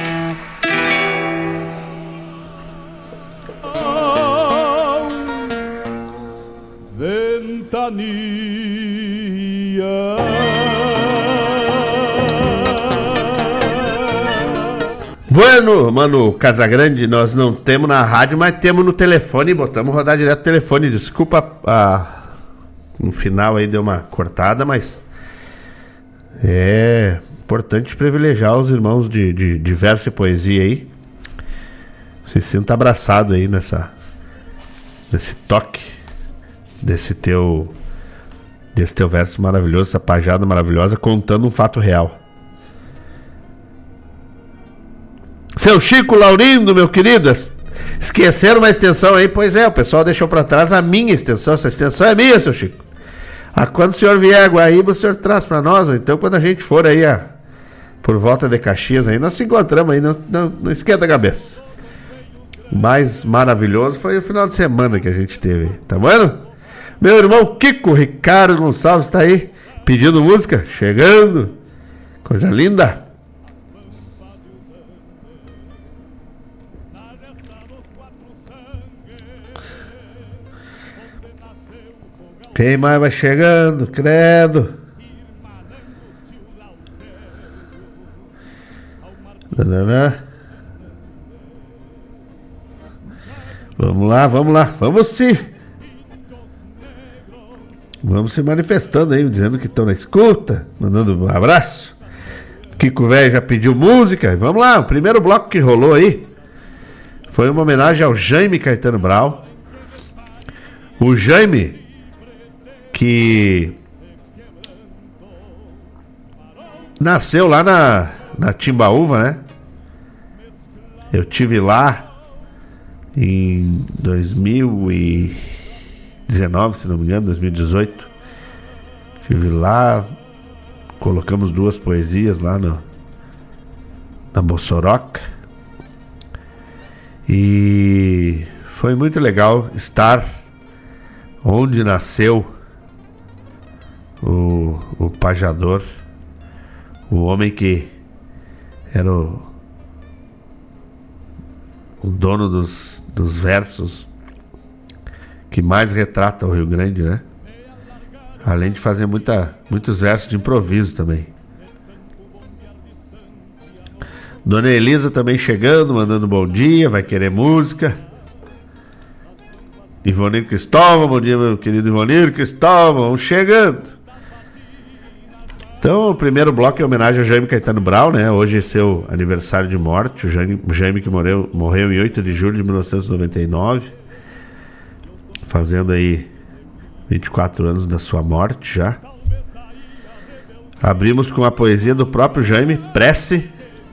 Ventania. Bueno, mano, Casagrande, nós não temos na rádio, mas temos no telefone. Botamos rodar direto no telefone. Desculpa, a... no final aí deu uma cortada, mas é importante privilegiar os irmãos de, de, de verso e poesia aí. Se sinta abraçado aí nessa, nesse toque desse teu desse teu verso maravilhoso, essa pajada maravilhosa, contando um fato real. Seu Chico Laurindo, meu querido, esqueceram uma extensão aí? Pois é, o pessoal deixou para trás a minha extensão. Essa extensão é minha, seu Chico. Ah, quando o senhor vier a Guaíba, o senhor traz para nós, ou então quando a gente for aí a, por volta de Caxias aí, nós se encontramos aí, não, não, não esquenta a cabeça. O mais maravilhoso foi o final de semana que a gente teve, tá vendo? Meu irmão Kiko Ricardo Gonçalves tá aí, pedindo música, chegando. Coisa linda. Quem mais vai chegando? Credo. Danana. Vamos lá, vamos lá, vamos sim. Vamos se manifestando aí, dizendo que estão na escuta, mandando um abraço. Kiko Velho já pediu música. Vamos lá, o primeiro bloco que rolou aí foi uma homenagem ao Jaime Caetano Brau. O Jaime, que nasceu lá na, na Timbaúva, né? Eu tive lá em dois mil e dezenove, se não me engano, dois mil e dezoito. Estive lá, colocamos duas poesias lá no, na Bossoroca. E foi muito legal estar onde nasceu o, o pajador, o homem que era o o dono dos, dos versos que mais retrata o Rio Grande, né? Além de fazer muita, muitos versos de improviso também. Dona Elisa também chegando, mandando bom dia, vai querer música. Ivonir Cristóvão, bom dia, meu querido Ivonir Cristóvão, chegando. Então, o primeiro bloco é homenagem ao Jaime Caetano Brau, né? Hoje é seu aniversário de morte. O Jaime, o Jaime que morreu, morreu em oito de julho de mil novecentos e noventa e nove. Fazendo aí vinte e quatro anos da sua morte já. Abrimos com a poesia do próprio Jaime, Prece.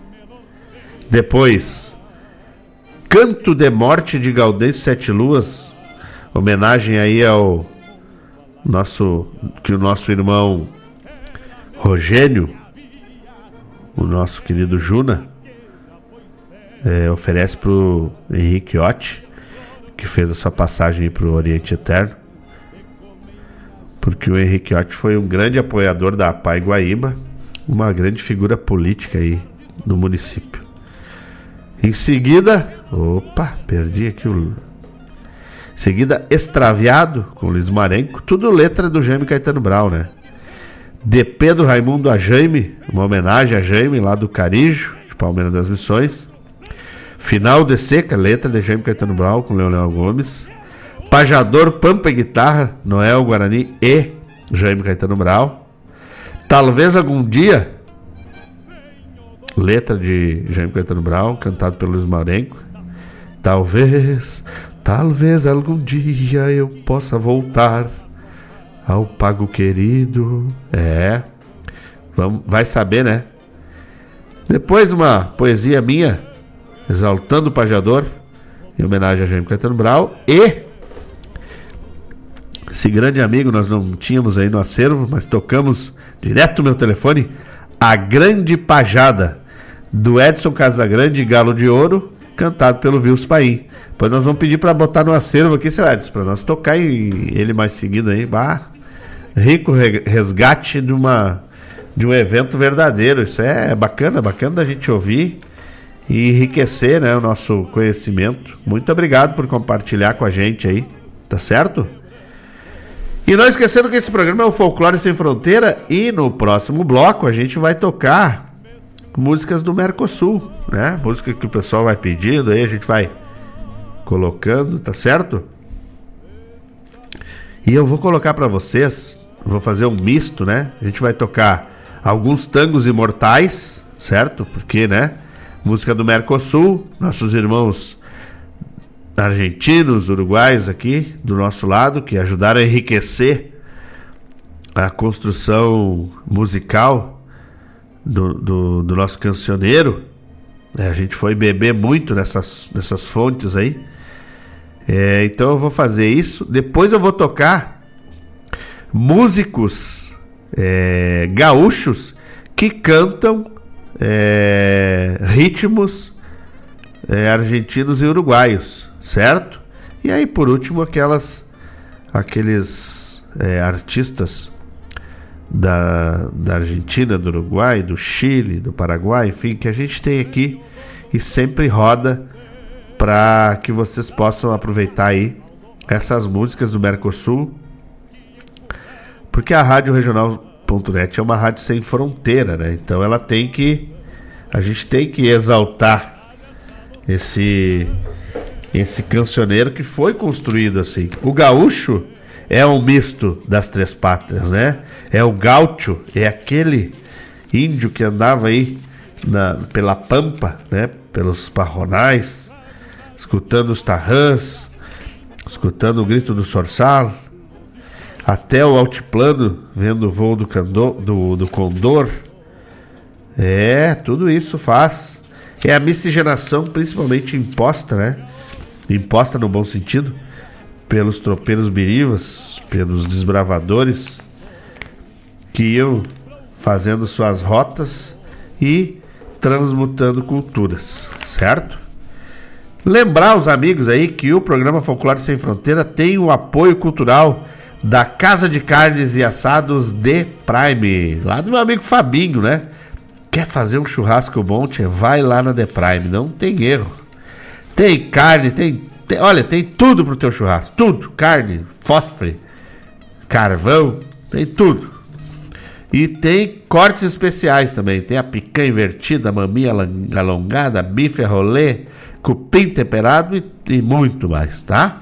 Depois, Canto de Morte de Gaudêncio Sete Luas. Homenagem aí ao nosso, que o nosso irmão Rogênio, o nosso querido Juna, é, oferece para o Henrique Otti, que fez a sua passagem para o Oriente Eterno, porque o Henrique Otti foi um grande apoiador da A P A I Guaíba, uma grande figura política aí no município. Em seguida, opa, perdi aqui o... Em seguida, Extraviado, com Luiz Marenco, tudo letra do Jaime Caetano Brau, né? De Pedro Raimundo a Jaime, uma homenagem a Jaime lá do Carijo, de Palmeira das Missões. Final de Seca, letra de Jaime Caetano Brau com Leonel Gomes. Pajador, Pampa e Guitarra, Noel Guarani e Jaime Caetano Brau. Talvez Algum Dia, letra de Jaime Caetano Brau, cantado pelo Luiz Marenco. Talvez, talvez algum dia eu possa voltar ao pago querido. É, vamos, vai saber, né? Depois uma poesia minha exaltando o pajador, em homenagem a Jaime Caetano Brau. E esse grande amigo nós não tínhamos aí no acervo, mas tocamos direto no meu telefone, A Grande Pajada, do Edson Casagrande, Galo de Ouro, cantado pelo Vils Paim. Depois nós vamos pedir para botar no acervo aqui, seu Edson, para nós tocar e ele mais seguido aí. Bah, rico resgate de, uma, de um evento verdadeiro. Isso é bacana, bacana da gente ouvir e enriquecer, né, o nosso conhecimento. Muito obrigado por compartilhar com a gente aí, tá certo? E não esquecendo que esse programa é o Folclore Sem Fronteira e no próximo bloco a gente vai tocar músicas do Mercosul, né? Música que o pessoal vai pedindo, aí a gente vai colocando, tá certo? E eu vou colocar pra vocês, vou fazer um misto, né? A gente vai tocar alguns tangos imortais, certo? Porque, né? Música do Mercosul, nossos irmãos argentinos, uruguaios aqui do nosso lado, que ajudaram a enriquecer a construção musical Do, do, do nosso cancioneiro. É, a gente foi beber muito nessas, nessas fontes aí. É, então eu vou fazer isso. Depois eu vou tocar músicos é, gaúchos que cantam é, ritmos é, argentinos e uruguaios, certo? E aí, por último, aquelas, aqueles é, artistas da, da Argentina, do Uruguai, do Chile, do Paraguai, enfim, que a gente tem aqui e sempre roda para que vocês possam aproveitar aí essas músicas do Mercosul, porque a Rádio Regional ponto net é uma rádio sem fronteira, né? Então ela tem que, a gente tem que exaltar esse esse cancioneiro que foi construído assim. O gaúcho é um misto das três pátrias, né? É o gaúcho, é aquele índio que andava aí na, pela pampa, né? Pelos parronais, escutando os tarrãs, escutando o grito do sorçal, até o altiplano, vendo o voo do, candor, do, do condor. É, tudo isso faz. É a miscigenação principalmente imposta, né? Imposta no bom sentido, pelos tropeiros birivas, pelos desbravadores que iam fazendo suas rotas e transmutando culturas, certo? Lembrar os amigos aí que o programa Folclore Sem Fronteira tem o apoio cultural da Casa de Carnes e Assados The Prime, lá do meu amigo Fabinho, né? Quer fazer um churrasco bom, tia? Vai lá na The Prime, não tem erro. Tem carne, tem, tem olha, tem tudo pro teu churrasco, tudo, carne, fósforo, carvão, tem tudo. E tem cortes especiais também, tem a picanha invertida, maminha alongada, bife rolê, cupim temperado e, e muito mais, tá?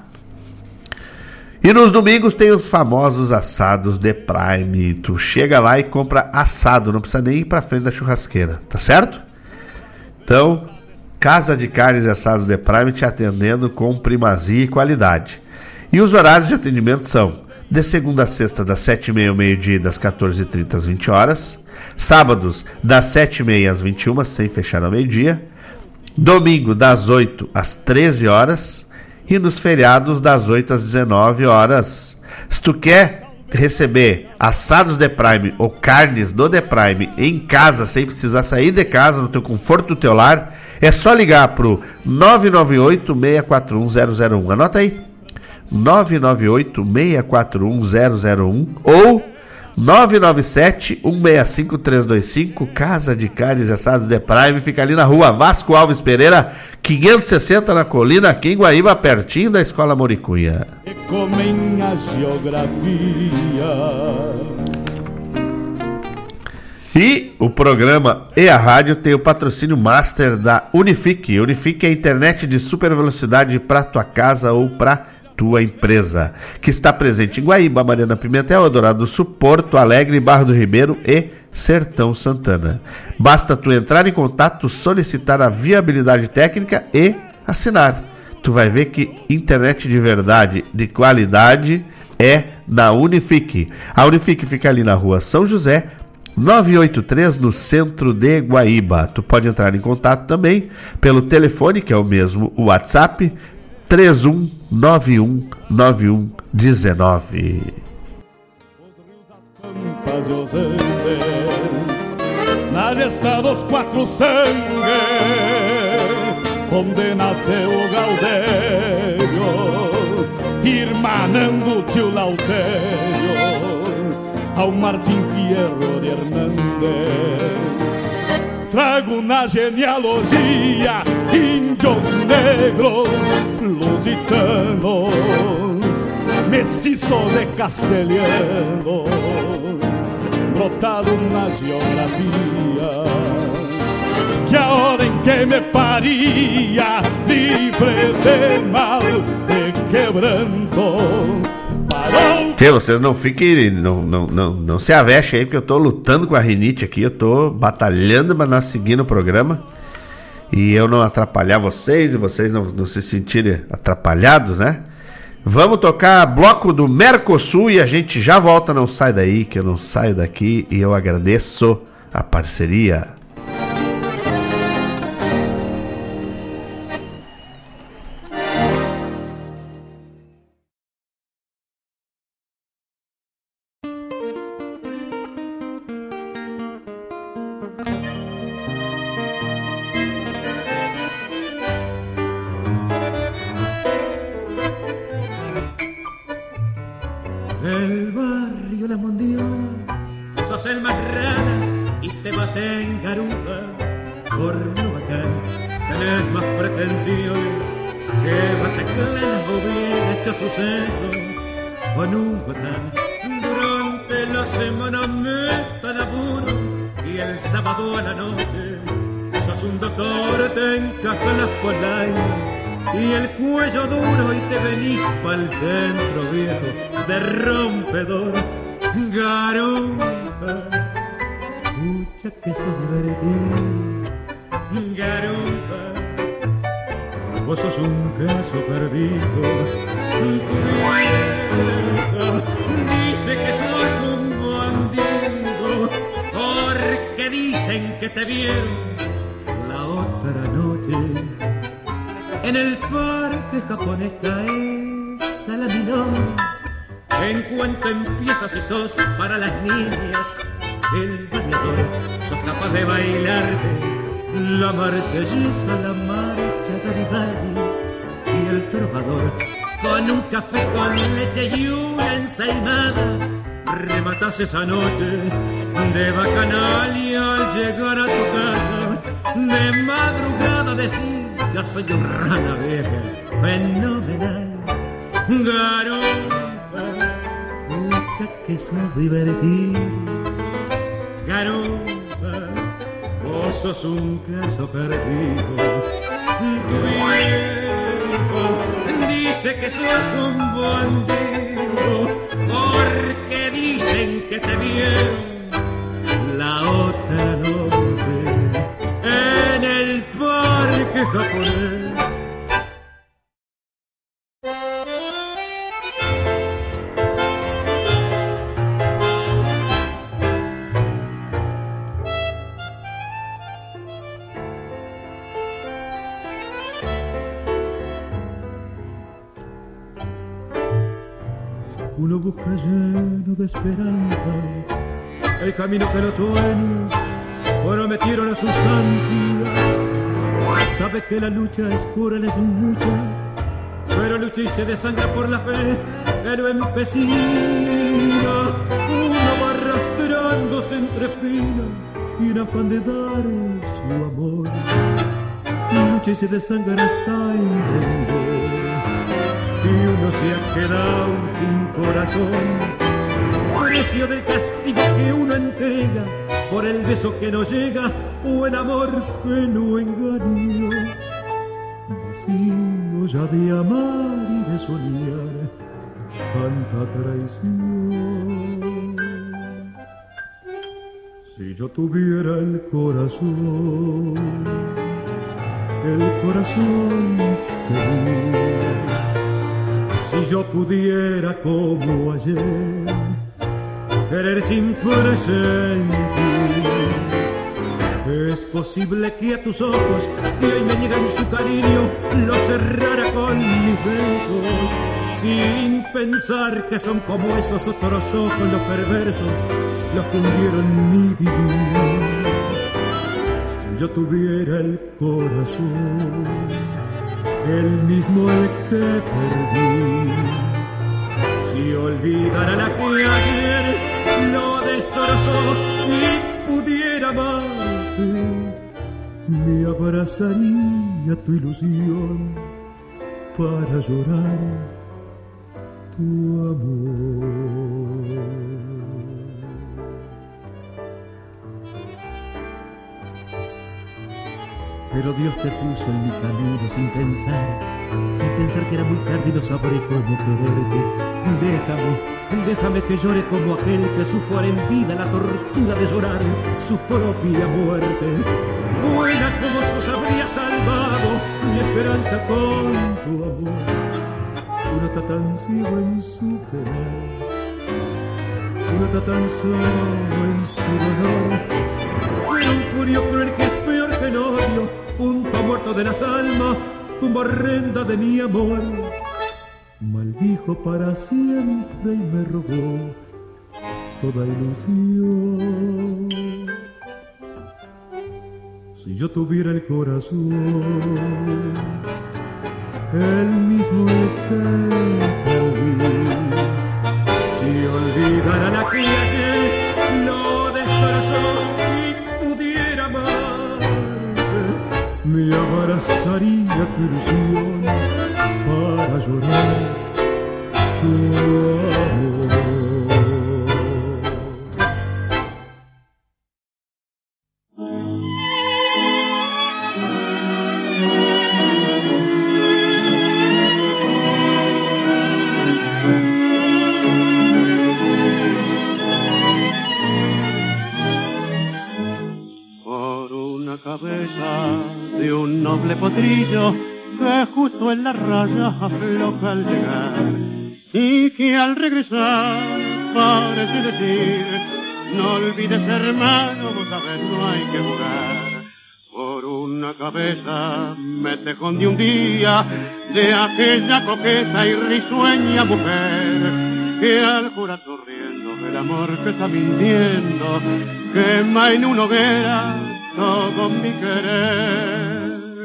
E nos domingos tem os famosos assados The Prime. Tu chega lá e compra assado, não precisa nem ir pra frente da churrasqueira, tá certo? Então, Casa de Carnes e Assados The Prime te atendendo com primazia e qualidade. E os horários de atendimento são de segunda a sexta, das sete e meia ao meio-dia e das quatorze e trinta às vinte horas. Sábados, das sete e meia às vinte e uma, sem fechar ao meio-dia. Domingo, das oito às treze horas. E nos feriados, das oito às dezenove horas. Se tu quer receber assados The Prime ou carnes do The Prime em casa, sem precisar sair de casa, no teu conforto do teu lar, é só ligar pro nove nove oito, seis quatro um, zero zero um. Anota aí. nove nove oito, seis quatro um, zero zero um ou nove nove sete, um seis cinco, três dois cinco. Casa de Carnes e Assados The Prime fica ali na rua Vasco Alves Pereira, quinhentos e sessenta, na Colina, aqui em Guaíba, pertinho da Escola Moricunha. E comem a geografia. E o programa e a rádio tem o patrocínio master da Unifique. Unifique é a internet de super velocidade para tua casa ou para tua empresa, que está presente em Guaíba, Mariana Pimentel, Eldorado do Sul, Porto Alegre, Barra do Ribeiro e Sertão Santana. Basta tu entrar em contato, solicitar a viabilidade técnica e assinar. Tu vai ver que internet de verdade, de qualidade, é na Unifique. A Unifique fica ali na rua São José, novecentos e oitenta e três, no centro de Guaíba. Tu pode entrar em contato também pelo telefone, que é o mesmo, o WhatsApp, três um nove um nove um um nove. Pampas e os Andes, na gesta dos quatro sangues, onde nasceu o Gaudério, irmanando o tio Lautério, ao Martim Fierro de Hernández. Trago na genealogia índios negros, lusitanos, mestiços e castelhanos, brotado na geografia, que a hora em que me paria, livre de mal e quebranto, Tchê, vocês não fiquem, não, não, não, não se avexem aí, porque eu tô lutando com a rinite aqui, eu tô batalhando para nós seguir no programa e eu não atrapalhar vocês e vocês não, não se sentirem atrapalhados, né? Vamos tocar bloco do Mercosul e a gente já volta, não sai daí, que eu não saio daqui, e eu agradeço a parceria. El barrio La Mondiola, sos el más rana y te maté en garupa. Por lo bacán, tenés más pretensiones que Bataclan o bien hecho suceso. Con un botán, durante la semana me tan apuro y el sábado a la noche sos un doctor, te encajan las polainas y el cuello duro y te venís pa'l centro viejo de rompedor. Garumpa, pucha que sos divertido. Garumpa, vos sos un caso perdido. Tu vieja dice que sos un bandido porque dicen que te vieron la otra noche en el parque japonés caes a la milonga. En cuanto empiezas y sos para las niñas el bañador, sos capaz de bailarte la marsellesa, la marcha de Vivaldi y el trovador. Con un café con leche y una ensaimada rematas esa noche de bacanalia al llegar a tu casa. De madrugada decís, ya soy un rana vieja, fenomenal. Garumpa, mucha que sos divertido. Garumpa, vos sos un caso perdido. Tu viejo dice que sos un bandido porque dicen que te vieron la otra noche en el parque japonés. Uno busca lleno de esperanza el camino que los sueños prometieron a sus ansias. Sabe que la lucha es cruel, es mucha, pero lucha y se desangra por la fe que lo empecina. Uno va arrastrándose entre espinas y en afán de dar su amor lucha y se desangra hasta entender. Y uno se ha quedado sin corazón, precio del castigo que uno entrega por el beso que no llega o el amor que no engañó. Vacío ya de amar y de soñar tanta traición. Si yo tuviera el corazón, el corazón que vi, si yo pudiera como ayer querer sin presentir, es posible que a tus ojos que hoy me llegan su cariño los cerrara con mis besos, sin pensar que son como esos otros ojos los perversos, los que hundieron mi divino. Si yo tuviera el corazón, el mismo el que perdí, si olvidara la que ayer lo destrozó y pudiera amarte, me abrazaría tu ilusión para llorar tu amor. Pero Dios te puso en mi camino sin pensar, sin pensar que era muy tarde y no sabré cómo quererte. Déjame, déjame que llore como aquel que supo en vida la tortura de llorar su propia muerte. Buena como sos habría salvado mi esperanza con tu amor. Uno está tan ciego en su penar, uno está tan solo en su dolor. Era un furio cruel que es peor que el odio, punto muerto de las almas, tumba horrenda de mi amor. Maldijo para siempre y me robó toda ilusión. Si yo tuviera el corazón, el mismo que perdí, si Que justo en la raya afloja al llegar y que al regresar parece decir: no olvides, hermano, vos sabés, no hay que jugar. Por una cabeza me tejón de un día de aquella coqueta y risueña mujer que al jurar sonriendo del amor que está mintiendo quema en una hoguera todo mi querer.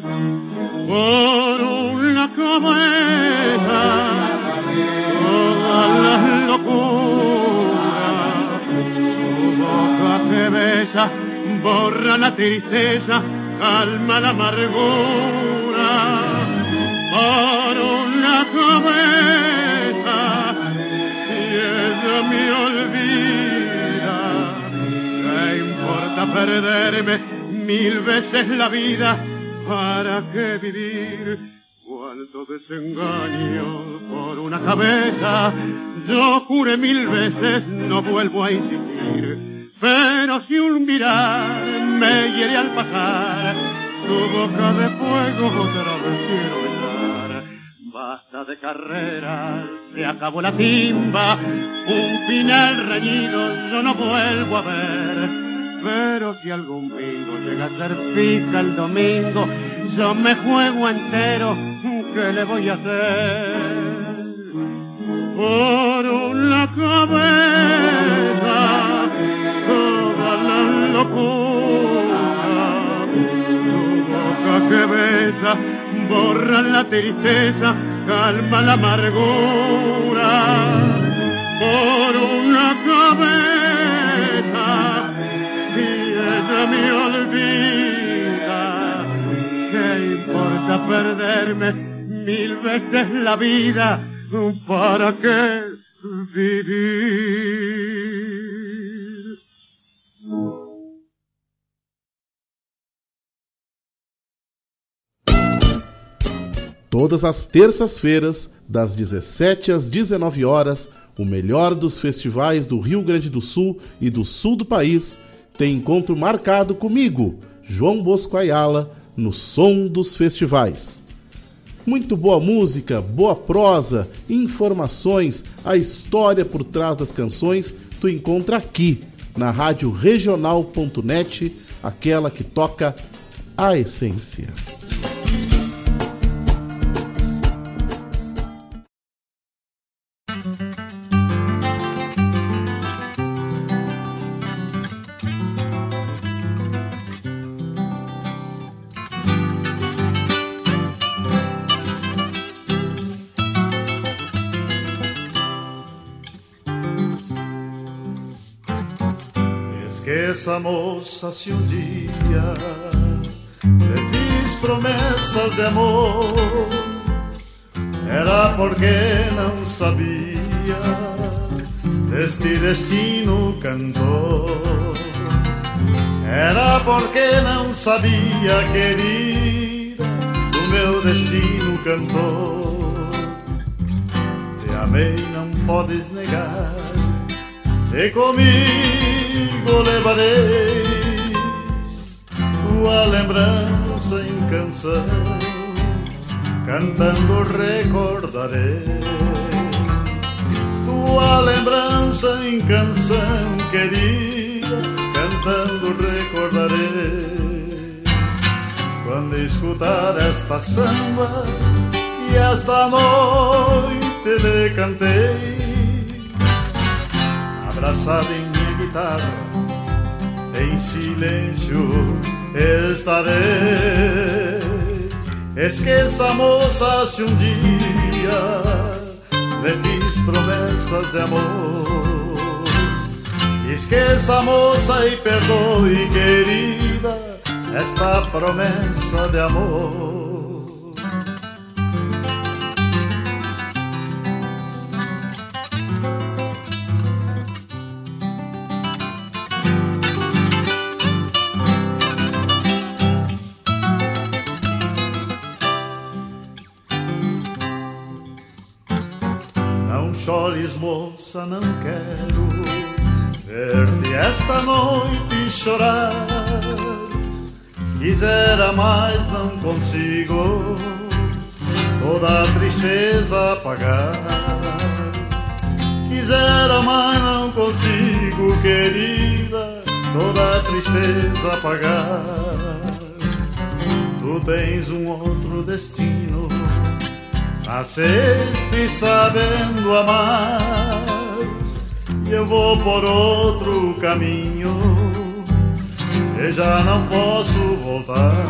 Por una cabeza todas las locuras, tu boca que besa borra la tristeza, calma la amargura. Por una cabeza, si ella me olvida, ¿qué importa perderme mil veces la vida? ¿Para qué vivir? Cuánto desengaño por una cabeza. Yo juré mil veces, no vuelvo a insistir. Pero si un mirar me hiere al pasar, tu boca de fuego otra vez quiero besar. Basta de carreras, se acabó la timba, un final reñido yo no vuelvo a ver. Pero si algún bingo llega a ser fija el domingo, yo me juego entero, ¿qué le voy a hacer? Por una cabeza, toda la locura, tu boca que besa, borra la tristeza, calma la amargura. Por una cabeza, ella me olvida, ¿qué importa perderme mil veces la vida? ¿Para qué vivir? Todas as terças-feiras, das dezessete às dezenove horas, o melhor dos festivais do Rio Grande do Sul e do sul do país tem encontro marcado comigo, João Bosco Ayala, no Som dos Festivais. Muito boa música, boa prosa, informações, a história por trás das canções, tu encontra aqui, na rádio regional ponto net, aquela que toca a essência. Essa moça, se um dia te fiz promessas de amor, era porque não sabia deste destino cantor. Era porque não sabia, querida, do meu destino cantor. Te amei, não podes negar, e comigo levarei tua lembrança em canção, cantando recordarei tua lembrança em canção, querida, cantando recordarei. Quando escutar esta samba que esta noite lhe cantei, abraçado em minha guitarra, em silêncio estarei. Esqueça, moça, se um dia lhe fiz promessas de amor. Esqueça, moça, e perdoe, querida, esta promessa de amor. Não chores, moça, não quero ver-te esta noite chorar. Quisera, mas não consigo toda a tristeza apagar. Quisera, mas não consigo, querida, toda a tristeza apagar. Tu tens um outro destino, nasceste sabendo amar, e eu vou por outro caminho, e já não posso voltar.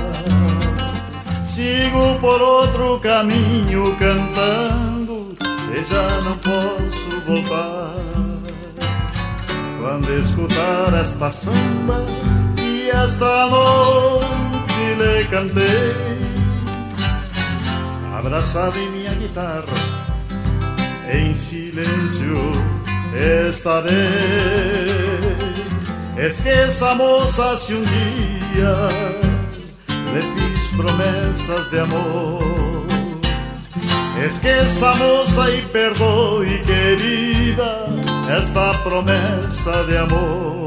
Sigo por outro caminho cantando, e já não posso voltar. Quando escutar esta samba e esta noite lhe cantei, abraçado em minha guitarra, em silêncio estarei. Esqueça, moça, se um dia lhe fiz promessas de amor. Esqueça, moça, e perdoe, querida, esta promessa de amor.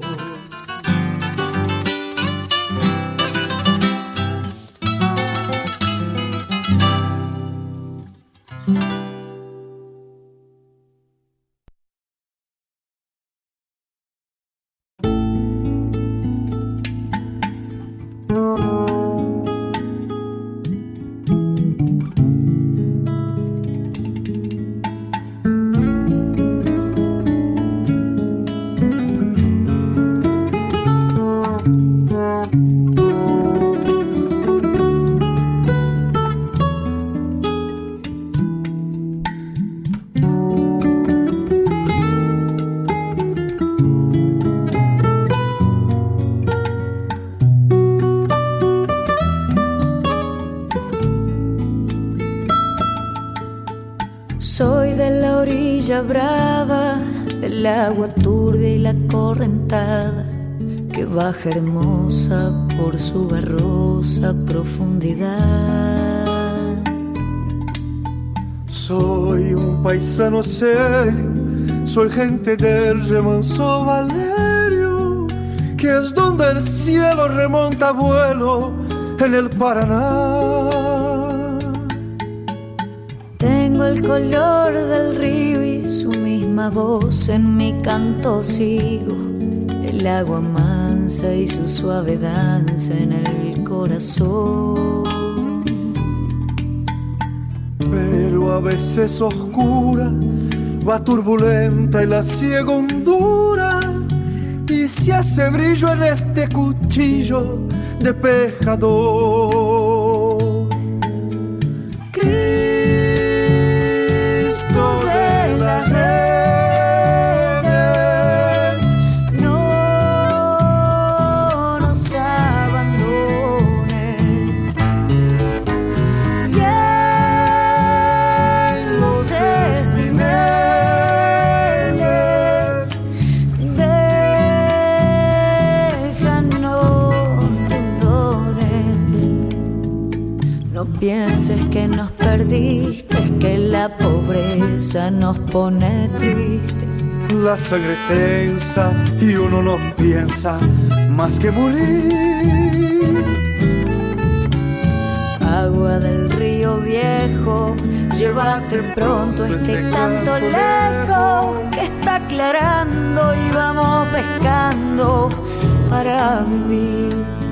Brava del agua turbia y la correntada que baja hermosa por su barrosa profundidad. Soy un paisano serio, soy gente del remanso Valerio, que es donde el cielo remonta vuelo en el Paraná. Tengo el color del río y su misma voz en mi canto sigo, el agua mansa y su suave danza en el corazón. Pero a veces oscura, va turbulenta y la ciega hondura, y se hace brillo en este cuchillo de pescador. Pienses que nos perdiste, que la pobreza nos pone tristes. La sangre tensa y uno no piensa más que morir. Agua del río viejo, llévate pronto este canto lejos que está aclarando y vamos pescando para vivir.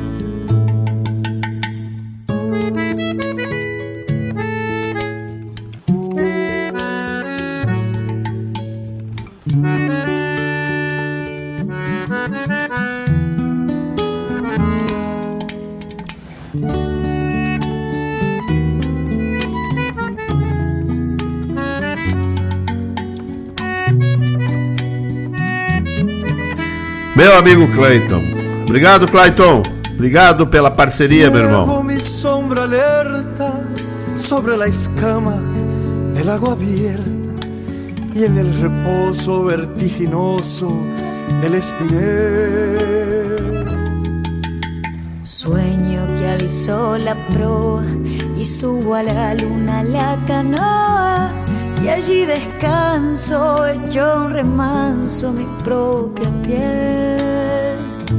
Meu amigo Clayton. Obrigado, Clayton. Obrigado pela parceria, meu irmão. Llevo mi sombra alerta sobre la escama del agua abierta y en el reposo vertiginoso del espinel. Sueño que alzó la proa y subo a la luna la canoa y allí descanso, hecho un remanso mi propia piel.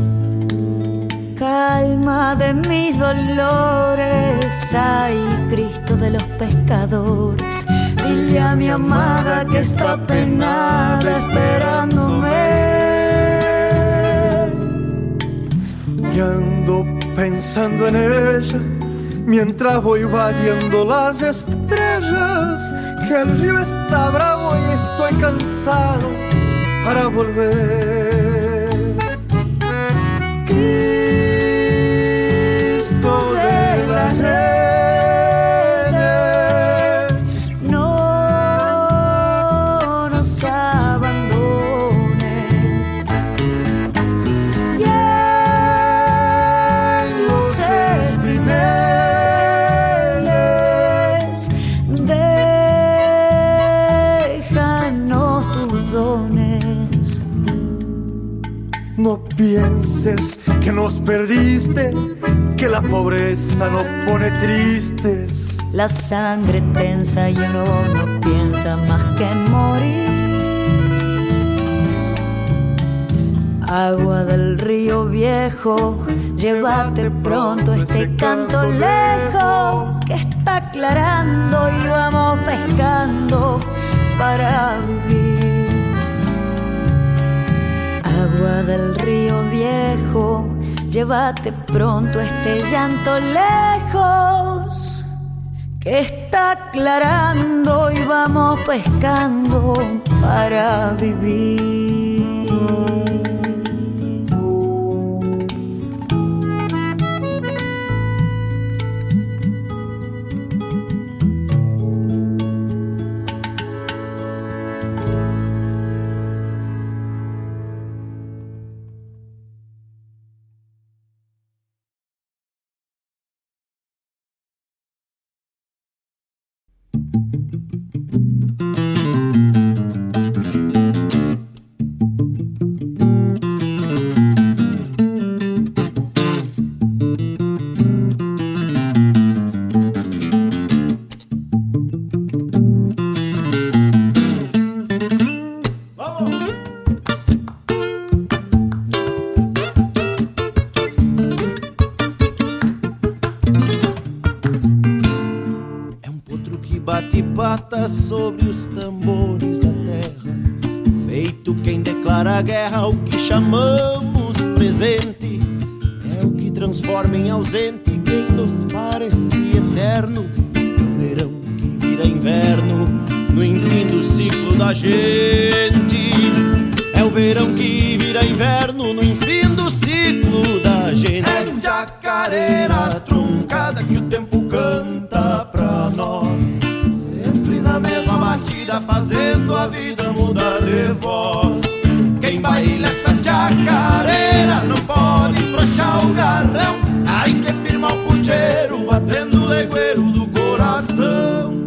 Calma de mis dolores, ay Cristo de los pescadores, dile a mi amada que está penada esperándome. Y ando pensando en ella mientras voy batiendo las estrellas, que el río está bravo y estoy cansado para volver. Cristo de las redes, no nos abandones. Y en los estribeles déjanos tus dones. No pienses que nos perdiste, que la pobreza nos pone tristes. La sangre tensa y uno no piensa más que en morir. Agua del río viejo, llévate pronto este canto lejos, que está aclarando y vamos pescando para vivir. Agua del río viejo, llévate pronto este llanto lejos, que está aclarando y vamos pescando para vivir. Sobre os tambores da terra, feito quem declara a guerra, o que chamamos presente é o que transforma em ausente quem nos parecia eterno. É o verão que vira inverno no enfim do ciclo da gente. É o verão que vira inverno no enfim do ciclo da gente. É jacareira truncada que o tempo canta pra nós, na mesma batida, fazendo a vida mudar de voz. Quem baila essa jacareira não pode frouxar o garrão, ai que firma o pucheiro, batendo o legueiro do coração.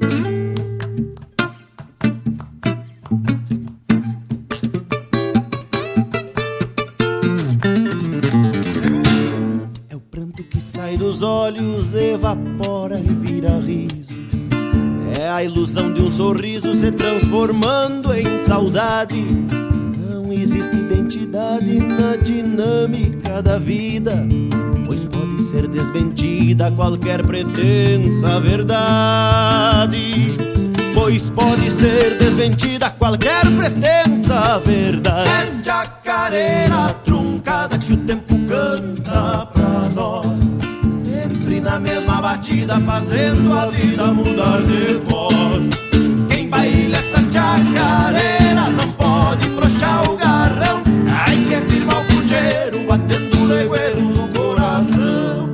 É o pranto que sai dos olhos, evapora e vira riso. É a ilusão de um sorriso se transformando em saudade. Não existe identidade na dinâmica da vida, pois pode ser desmentida qualquer pretensa verdade. Pois pode ser desmentida qualquer pretensa verdade. É jacareira truncada que o tempo canta pra nós, sempre na mesma batida, fazendo a vida mudar de voz. Quem baila essa jacareira não pode frouxar o garrão, ai que firma o pucheiro, batendo o legueiro do coração.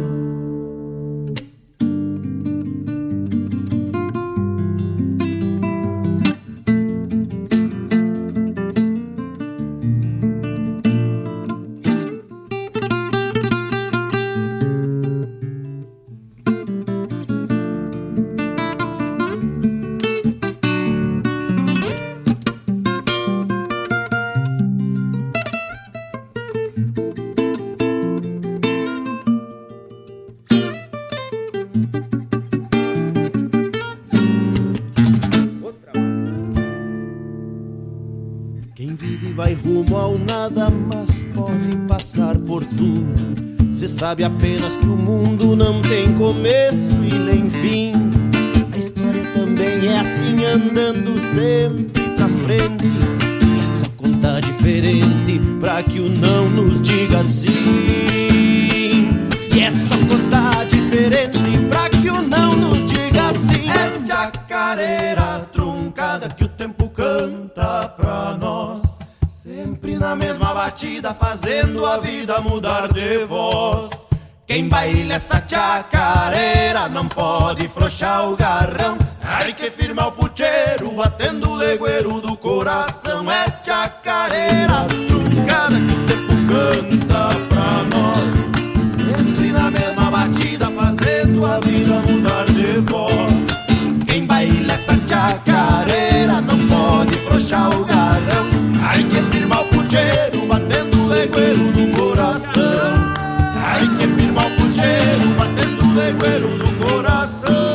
vive e vai rumo ao nada, mas pode passar por tudo. Cê sabe apenas que o mundo não tem começo e nem fim. A história também é assim, andando sempre pra frente. E é só contar diferente pra que o não nos diga sim. E é só contar diferente pra que o não nos diga sim. É chacareira truncada que o tempo canta pra nós, sempre na mesma batida, fazendo a vida mudar de voz. Quem baila essa chacareira não pode frouxar o garrão. Ai que firma o pucheiro, batendo o legueiro do coração. É chacareira truncada que o tempo canta pra nós, sempre na mesma batida, fazendo a vida mudar de voz. Quem baila essa chacareira não pode frouxar o garrão. Ai que firma o pucheiro, batendo o legueiro do coração. Ai que firma o pucheiro, batendo o legueiro do coração.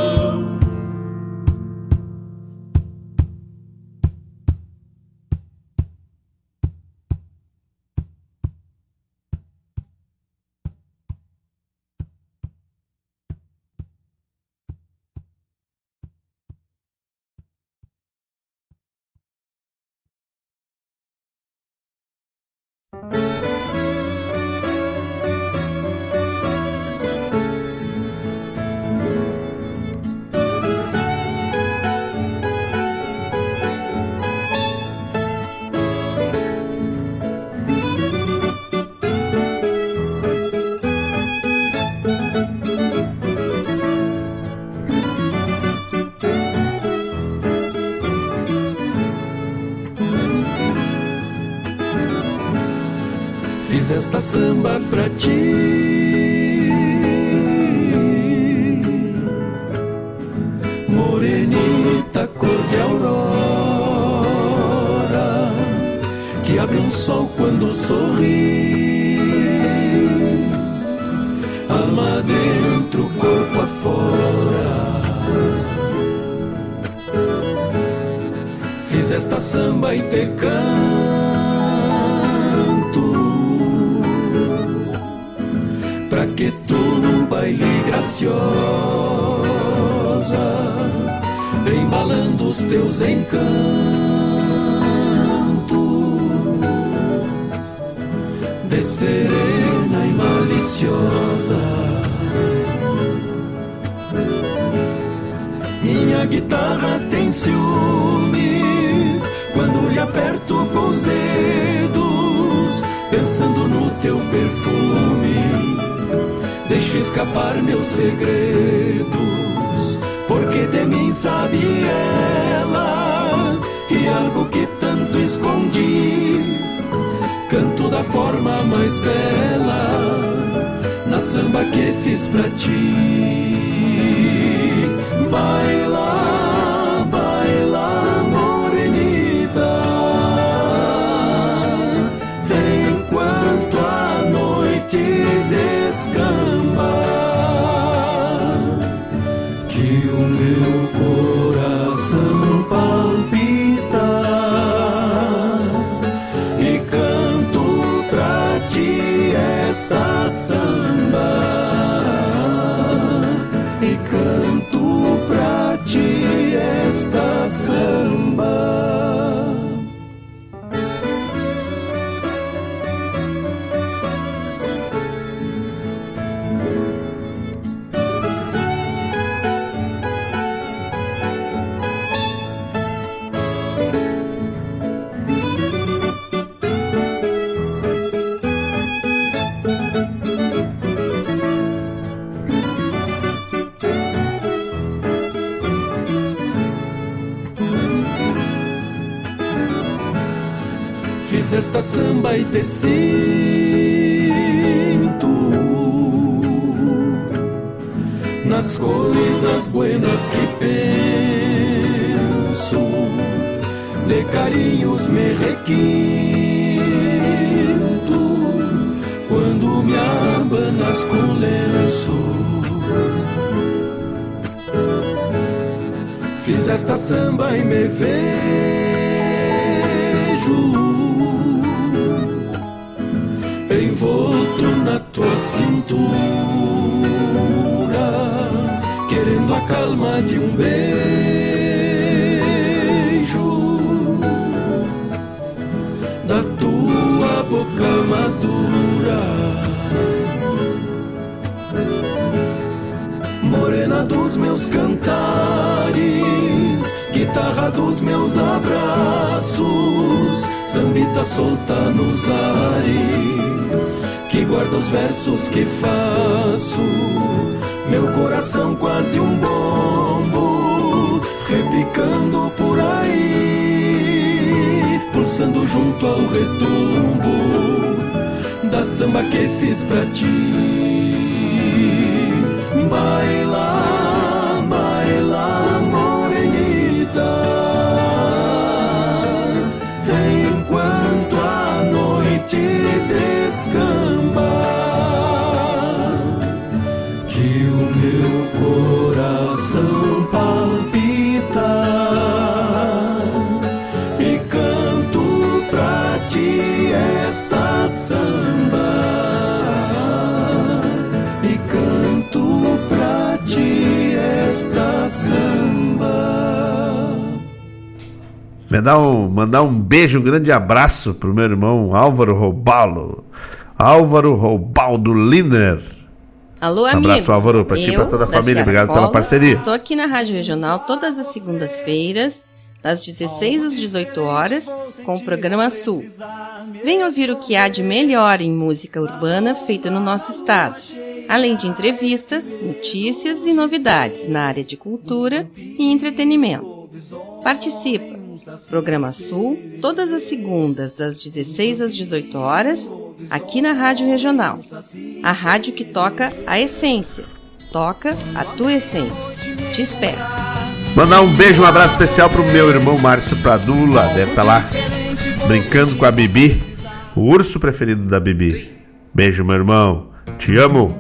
Fiz esta samba pra ti, morenita cor de aurora, que abre um sol quando sorri, alma dentro, corpo afora. Fiz esta samba e te canto pra que tu num baile graciosa, embalando os teus encantos, de serena e maliciosa. Minha guitarra tem ciúmes quando lhe aperto com os dedos, pensando no teu perfume. Deixo escapar meus segredos, porque de mim sabe ela, e algo que tanto escondi, canto da forma mais bela, na samba que fiz pra ti. Baila, baila, morenita, enquanto a noite descamba, que o meu coração palpita e canto pra ti esta samba, e canto pra ti esta samba. Fiz esta samba e te sinto nas coisas buenas que penso, de carinhos me requinto quando me abanas com lenço. Fiz esta samba e me vejo envolto na tua cintura, querendo a calma de um beijo da tua boca madura, morena dos meus cantares, guitarra dos meus abraços, sambita solta nos ares, que guarda os versos que faço, meu coração quase um bombo, repicando por aí, pulsando junto ao retumbo da samba que fiz pra ti. Baila, baila, morenita, enquanto a noite descamba, que o meu coração palpita e canto pra ti esta samba. Me dá um, mandar um beijo, um grande abraço pro meu irmão Álvaro Roubaldo. Álvaro Roubaldo Liner. Alô, um amigos. Abraço, Álvaro, pra ti e pra toda a família. Obrigado Cola, pela parceria. Estou aqui na Rádio Regional todas as segundas-feiras, das dezesseis às dezoito horas, com o programa Sul. Venha ouvir o que há de melhor em música urbana feita no nosso estado, além de entrevistas, notícias e novidades na área de cultura e entretenimento. Participa! Programa Sul, todas as segundas, das dezesseis às dezoito horas, aqui na Rádio Regional. A rádio que toca a essência. Toca a tua essência. Te espero. Mandar um beijo, um abraço especial pro meu irmão Márcio Pradula. Deve estar lá brincando com a Bibi, o urso preferido da Bibi. Beijo, meu irmão. Te amo.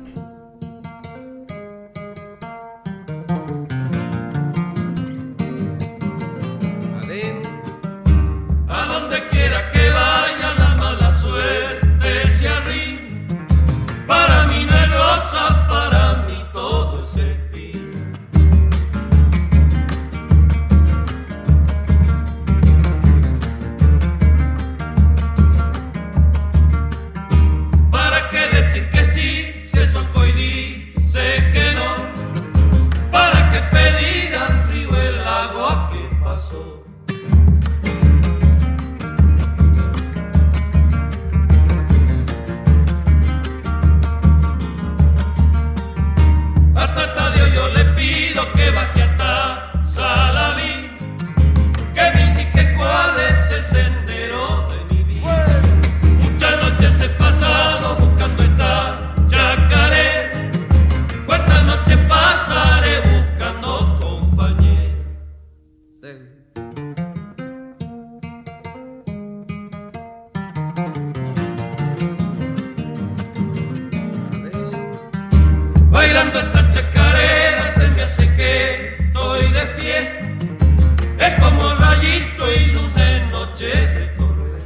Bailando esta chacarera se me hace que estoy de fiesta. Es como rayito y luna en noche de torre.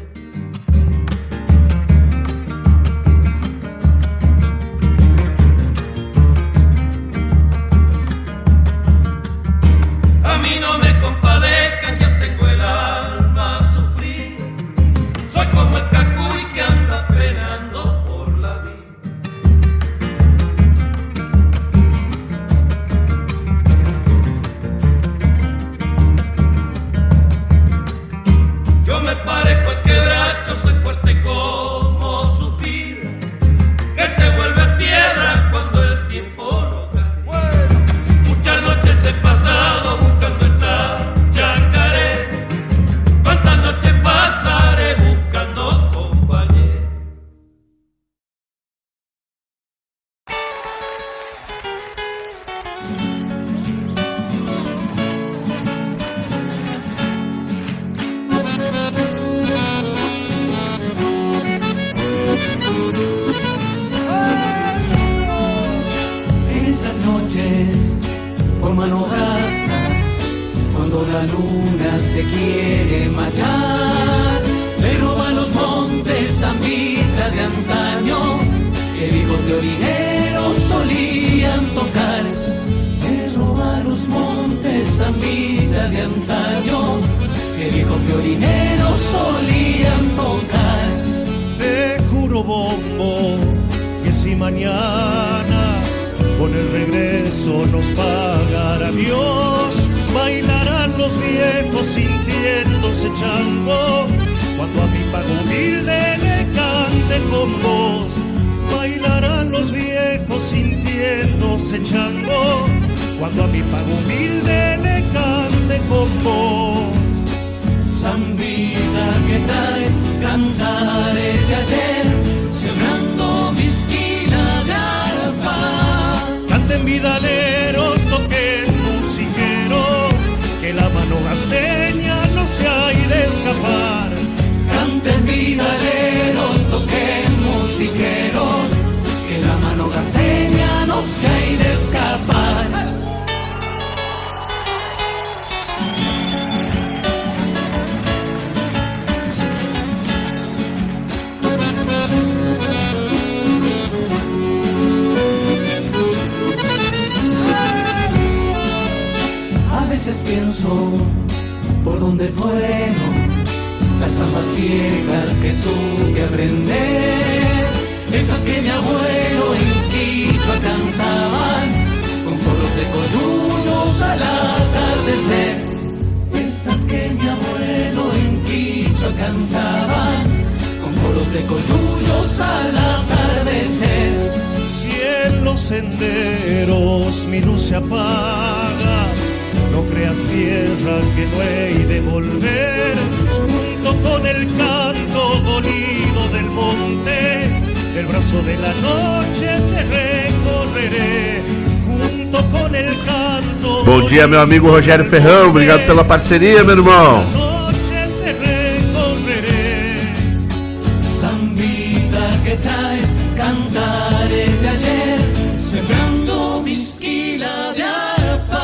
A mí no me compadezcas, ya tengo el alma sufrida. Soy como el cacuy que anda penando por la vida. Yo me parezco al quebracho, soy fuerte como su fibra, que se vuelve piedra cuando el tiempo lo cae. Muchas noches he pasado buscando esta chacarera, cuántas noches pasaré buscando compañía. En esas noches, por mano gasta, cuando la luna se quiere marchar, le roba los montes zambita de antaño. que viejos violineros solían tocar. Me roba los montes zambita de antaño, que viejos violineros solían tocar. Te juro, bombo, que si mañana con el regreso nos pagará Dios, bailarán los viejos sintiéndose chango, cuando a mi pago humilde le cante con vos. Bailarán los viejos sintiéndose chango, cuando a mi pago humilde le cante con vos. Zambita que traes cantares de ayer, sembrando mi esquina de arpa. Canten vidaleros, toquen musiqueros, que la mano gasteña no se hay de escapar. Canten vidaleros, toquen musiqueros, que la mano gasteña no se hay de escapar. A veces pienso por dónde fueron las zambas viejas que supe aprender, esas que mi abuelo en Quichua cantaban, con coros de coyullos al atardecer. Esas que mi abuelo en Quichua cantaban, con coros de coyullos al atardecer. Si en los senderos mi luz se apaga, no creas tierra que no he de volver. Junto con el canto dolido del monte, el brazo de la noche te recorreré. Junto con el canto. Bom dia, meu amigo Rogério Ferrão. Obrigado pela parceria, meu irmão. Zambita que traes cantares de ayer, sembrando mi esquila de arpa.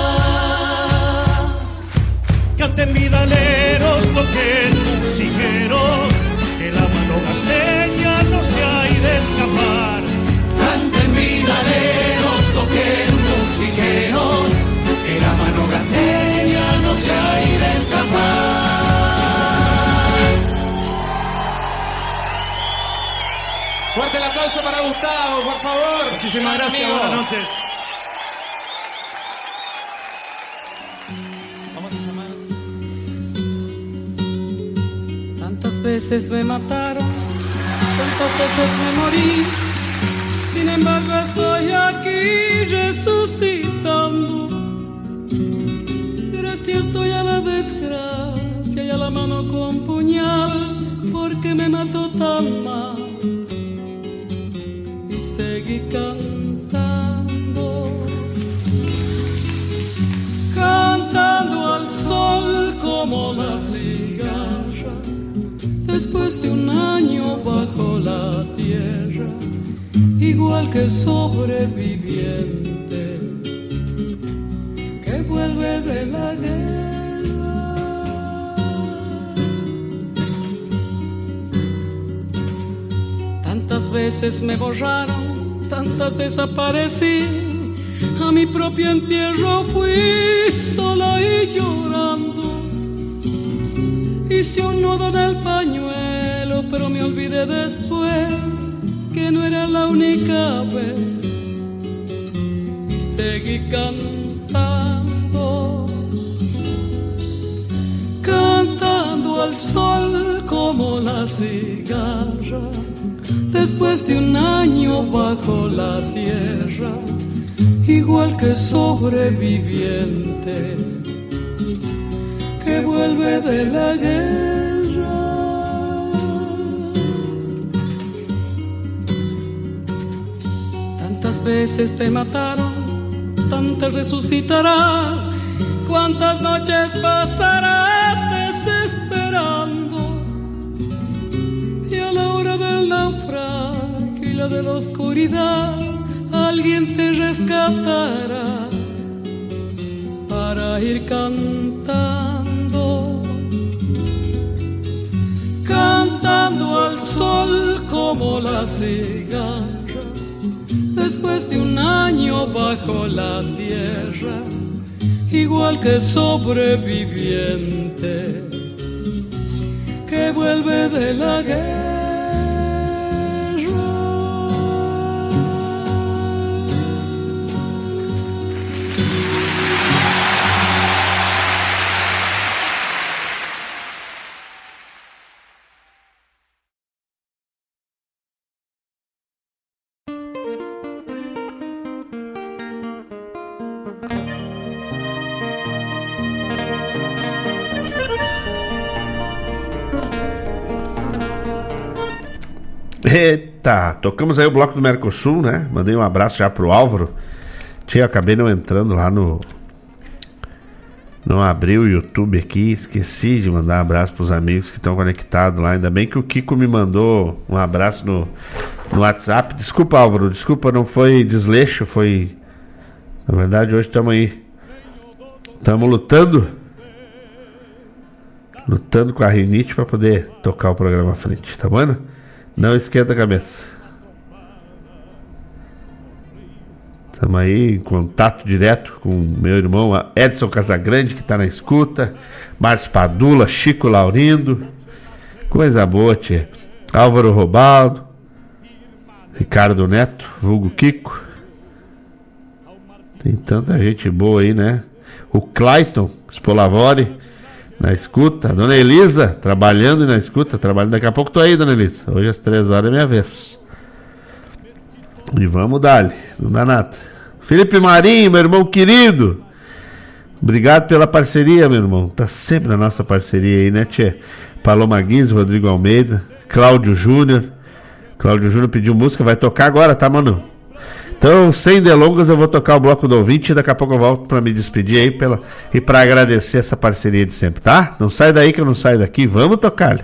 Canten vidaleros, toquen musiqueros, que la mano gasteña no se hay de escapar. Canten vidaleros, toquen musiqueros, que la mano gasteña no se hay de escapar. Fuerte el aplauso para Gustavo, por favor. Muchísimas gracias, amigo. Buenas noches. Tantas veces me mataron, tantas veces me morí, sin embargo estoy aquí resucitando. Gracias estoy a la desgracia y a la mano con puñal, porque me mató tan mal. Y seguí cantando, cantando al sol como la cigarra, después de un año bajo la tierra, igual que sobreviviente que vuelve de la guerra. Tantas veces me borraron, tantas desaparecí, a mi propio entierro fui sola y llorando. Hice un nudo en el pañuelo, pero me olvidé después que no era la única vez. Y seguí cantando, cantando al sol como la cigarra, después de un año bajo la tierra, igual que sobreviviente que vuelve de la guerra. Tantas veces te mataron, tantas resucitarás, cuántas noches pasarás desesperando, y a la hora del naufragio y la de la oscuridad alguien te rescatará para ir cantando, cantando al sol como la cigarra, después de un año bajo la tierra, igual que sobreviviente que vuelve de la guerra. Eita, tocamos aí o bloco do Mercosul, né? Mandei um abraço já pro Álvaro. Tia, acabei não entrando lá no... Não abri o YouTube aqui, esqueci de mandar um abraço pros amigos que estão conectados lá. Ainda bem que o Kiko me mandou um abraço no, no WhatsApp. Desculpa, Álvaro, desculpa, não foi desleixo, foi... Na verdade, hoje estamos aí. Estamos lutando. Lutando com a rinite para poder tocar o programa à frente, tá bom? Não esquenta a cabeça. Estamos aí em contato direto com meu irmão Edson Casagrande, que está na escuta. Márcio Padula, Chico Laurindo. Coisa boa, tia. Álvaro Robaldo. Ricardo Neto, vulgo Kiko. Tem tanta gente boa aí, né? O Clayton Spolavori na escuta. Dona Elisa, trabalhando e na escuta, trabalhando. Daqui a pouco tô aí, Dona Elisa. Hoje às três horas é minha vez. E vamos dar-lhe, não dá nada. Felipe Marinho, meu irmão querido. Obrigado pela parceria, meu irmão. Tá sempre na nossa parceria aí, né, tchê? Paloma Guiz, Rodrigo Almeida, Cláudio Júnior. Cláudio Júnior pediu música, vai tocar agora, tá, mano? Então, sem delongas, eu vou tocar o bloco do ouvinte e daqui a pouco eu volto pra me despedir aí pela, e pra agradecer essa parceria de sempre, tá? Não sai daí que eu não saio daqui, vamos tocar-lhe.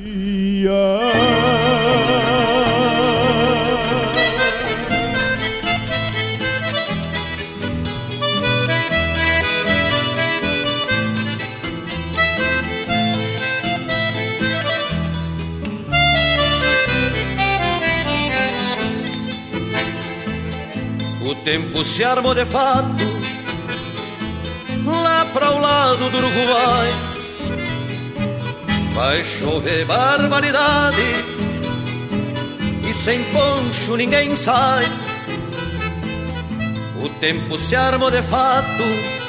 O tempo se armou de fato lá para o lado do Uruguai. Vai chover barbaridade e sem poncho ninguém sai. O tempo se armou de fato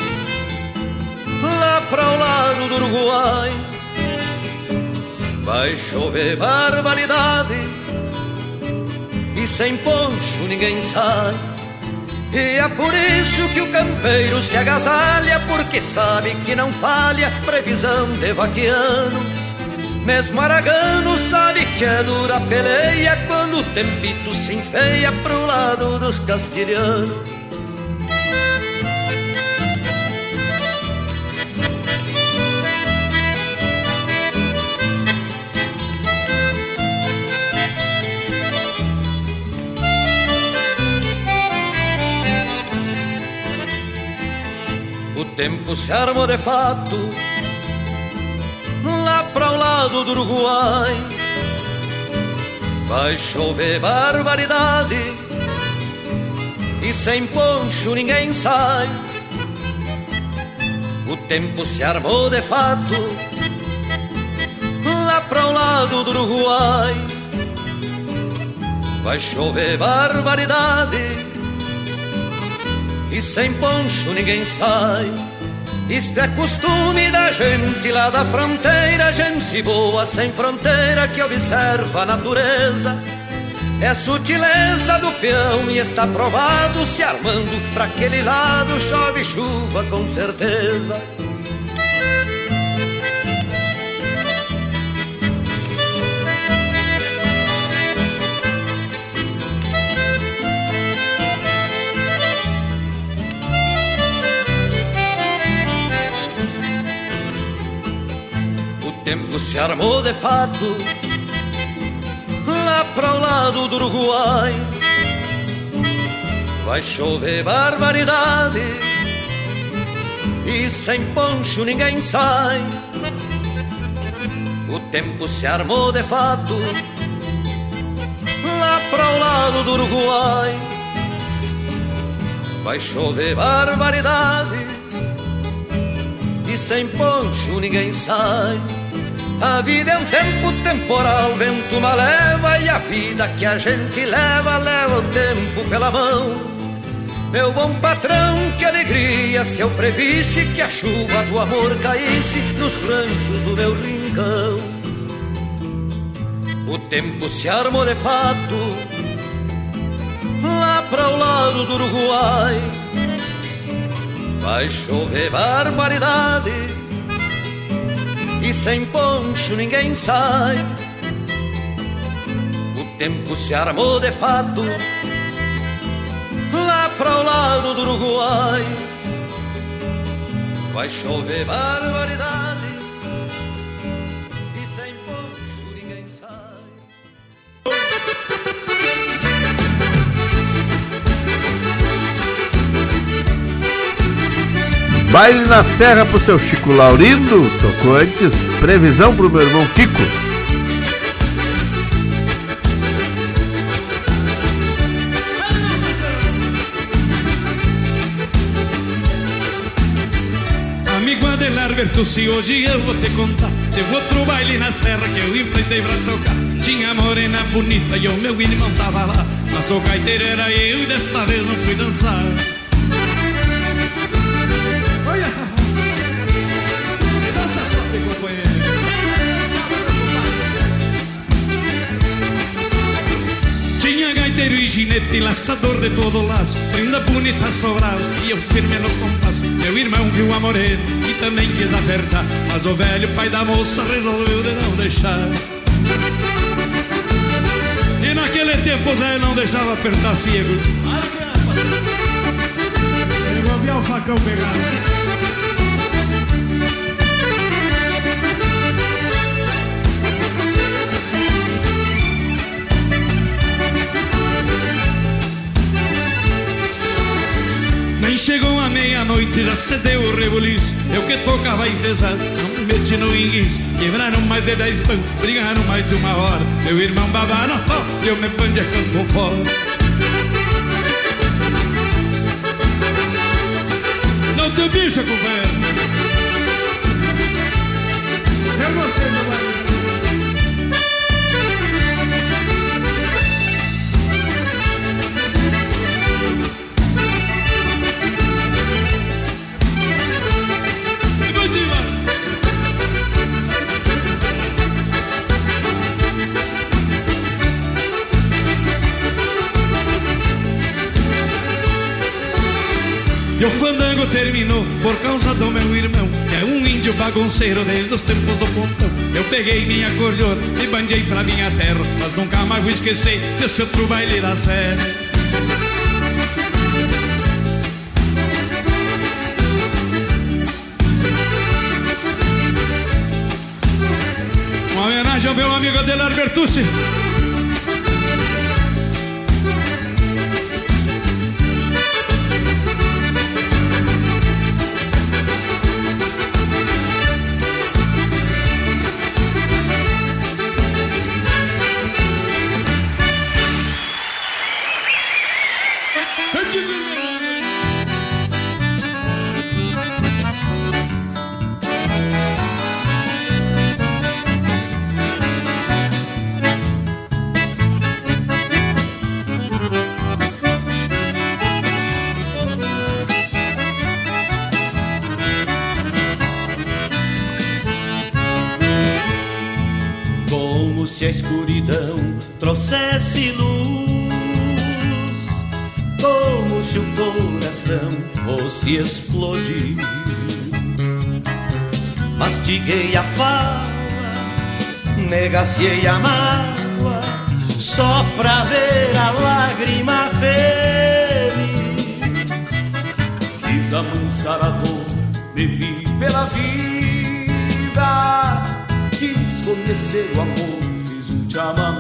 lá para o lado do Uruguai. Vai chover barbaridade e sem poncho ninguém sai. E é por isso que o campeiro se agasalha, porque sabe que não falha previsão de vaquiano. Mesmo aragano sabe que é dura peleia quando o tempito se enfeia pro lado dos castilhanos. O tempo se armou de fato lá para o lado do Uruguai. Vai chover barbaridade e sem poncho ninguém sai. O tempo se armou de fato lá para o lado do Uruguai. Vai chover barbaridade e sem poncho ninguém sai. Isto é costume da gente lá da fronteira, gente boa sem fronteira que observa a natureza. É sutileza do peão e está provado, se armando pra aquele lado chove chuva com certeza. O tempo se armou de fato lá para o lado do Uruguai. Vai chover barbaridade e sem poncho ninguém sai. O tempo se armou de fato lá para o lado do Uruguai. vai chover barbaridade e sem poncho ninguém sai. A vida é um tempo temporal, vento uma leva, e a vida que a gente leva, leva o tempo pela mão. Meu bom patrão, que alegria se eu previsse que a chuva do amor caísse nos ranchos do meu rincão. O tempo se armou de fato lá para o lado do Uruguai. Vai chover barbaridade e sem poncho ninguém sai. O tempo se armou de fato lá para o lado do Uruguai. Vai chover barbaridade e sem poncho ninguém sai. Baile na Serra pro seu Chico Laurindo. Tocou antes Previsão pro meu irmão Kiko. Amigo Adelarberto, se hoje eu vou te contar, teve outro baile na serra que eu empreitei pra tocar. Tinha morena bonita e o meu irmão tava lá, mas o gaiteiro era eu e desta vez não fui dançar. Olha, dança só, companheiro. Tinha gaiteiro e ginete, laçador de todo laço, prenda bonita sobrava e eu firme no compasso. Meu irmão viu a morena e também quis apertar, mas o velho pai da moça resolveu de não deixar. E naquele tempo o velho não deixava apertar ciego. Ele vai ver o facão pegar. Nem chegou a meia-noite, já cedeu o reboliço. Eu que tocava enfesado, não me meti no inguiço. Quebraram mais de dez pão, brigaram mais de uma hora. Meu irmão babá no pau, eu me pande campo fora. Não tem bicho, companheiro. Eu gostei do baile. E o fandango terminou por causa do meu irmão, que é um índio bagunceiro desde os tempos do pontão. Eu peguei minha acordeona e bandei pra minha terra, mas nunca mais vou esquecer desse outro baile da serra. Uma homenagem ao meu amigo Adelar Bertucci. Se a escuridão trouxesse luz, como se o coração fosse explodir. Mastiguei a fala, negaciei a mágoa, só pra ver a lágrima feliz. Quis amansar a dor, bebi pela vida, quis conhecer o amor, chamamé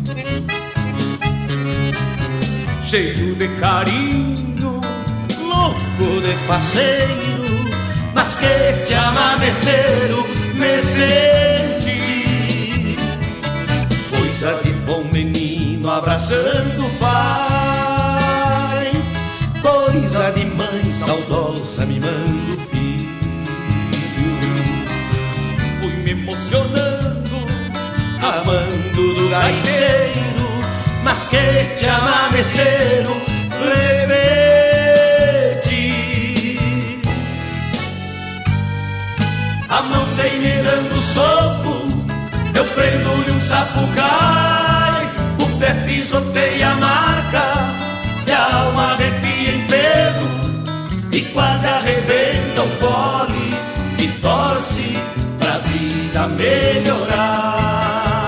cheio de carinho, louco de faceiro, mas que chamameceiro me senti. Coisa de bom menino abraçando o pai, coisa de emocionando, amando do gaiteiro, mas que te amameceram, repete. A mão vem me dando soco, eu prendo-lhe um sapucai, o pé pisoteia a marca, e a alma arrepia em pelo, e quase arrebenta o fole, e torce pra vida melhorar.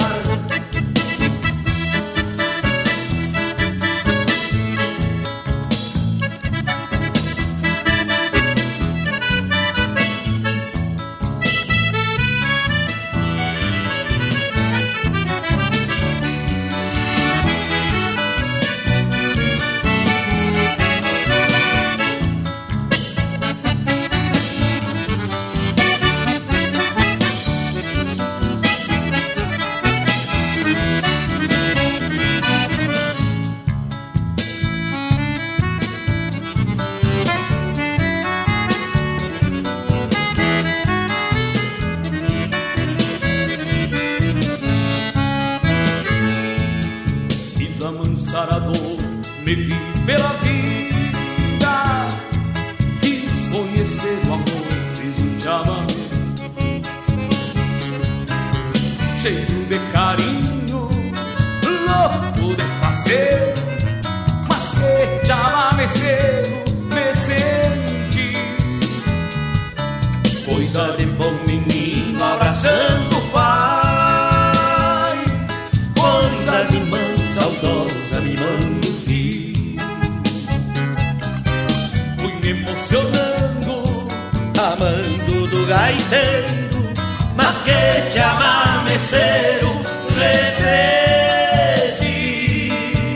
Me vi pela vida, quis conhecer o amor, fiz um chamamé cheio de carinho, louco de fazer, mas que chamamé cedo me senti. Coisa de bom menino abraçando o pai, coisa de mãe saudosa mimando. Emocionando, amando do gaiteiro, mas que te amameceram, reflete.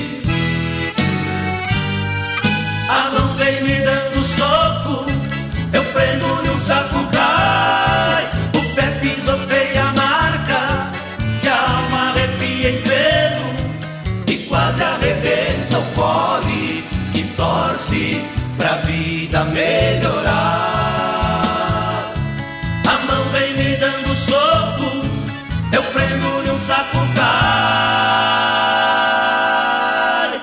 A mão vem me dando soco, eu prendo-lhe um sapucai, o pé pisoteia a marca, que a alma arrepia em pelo, e quase arrebenta o fole, que torce pra vida melhorar. A mão vem me dando soco, eu prendo-lhe um sapucai.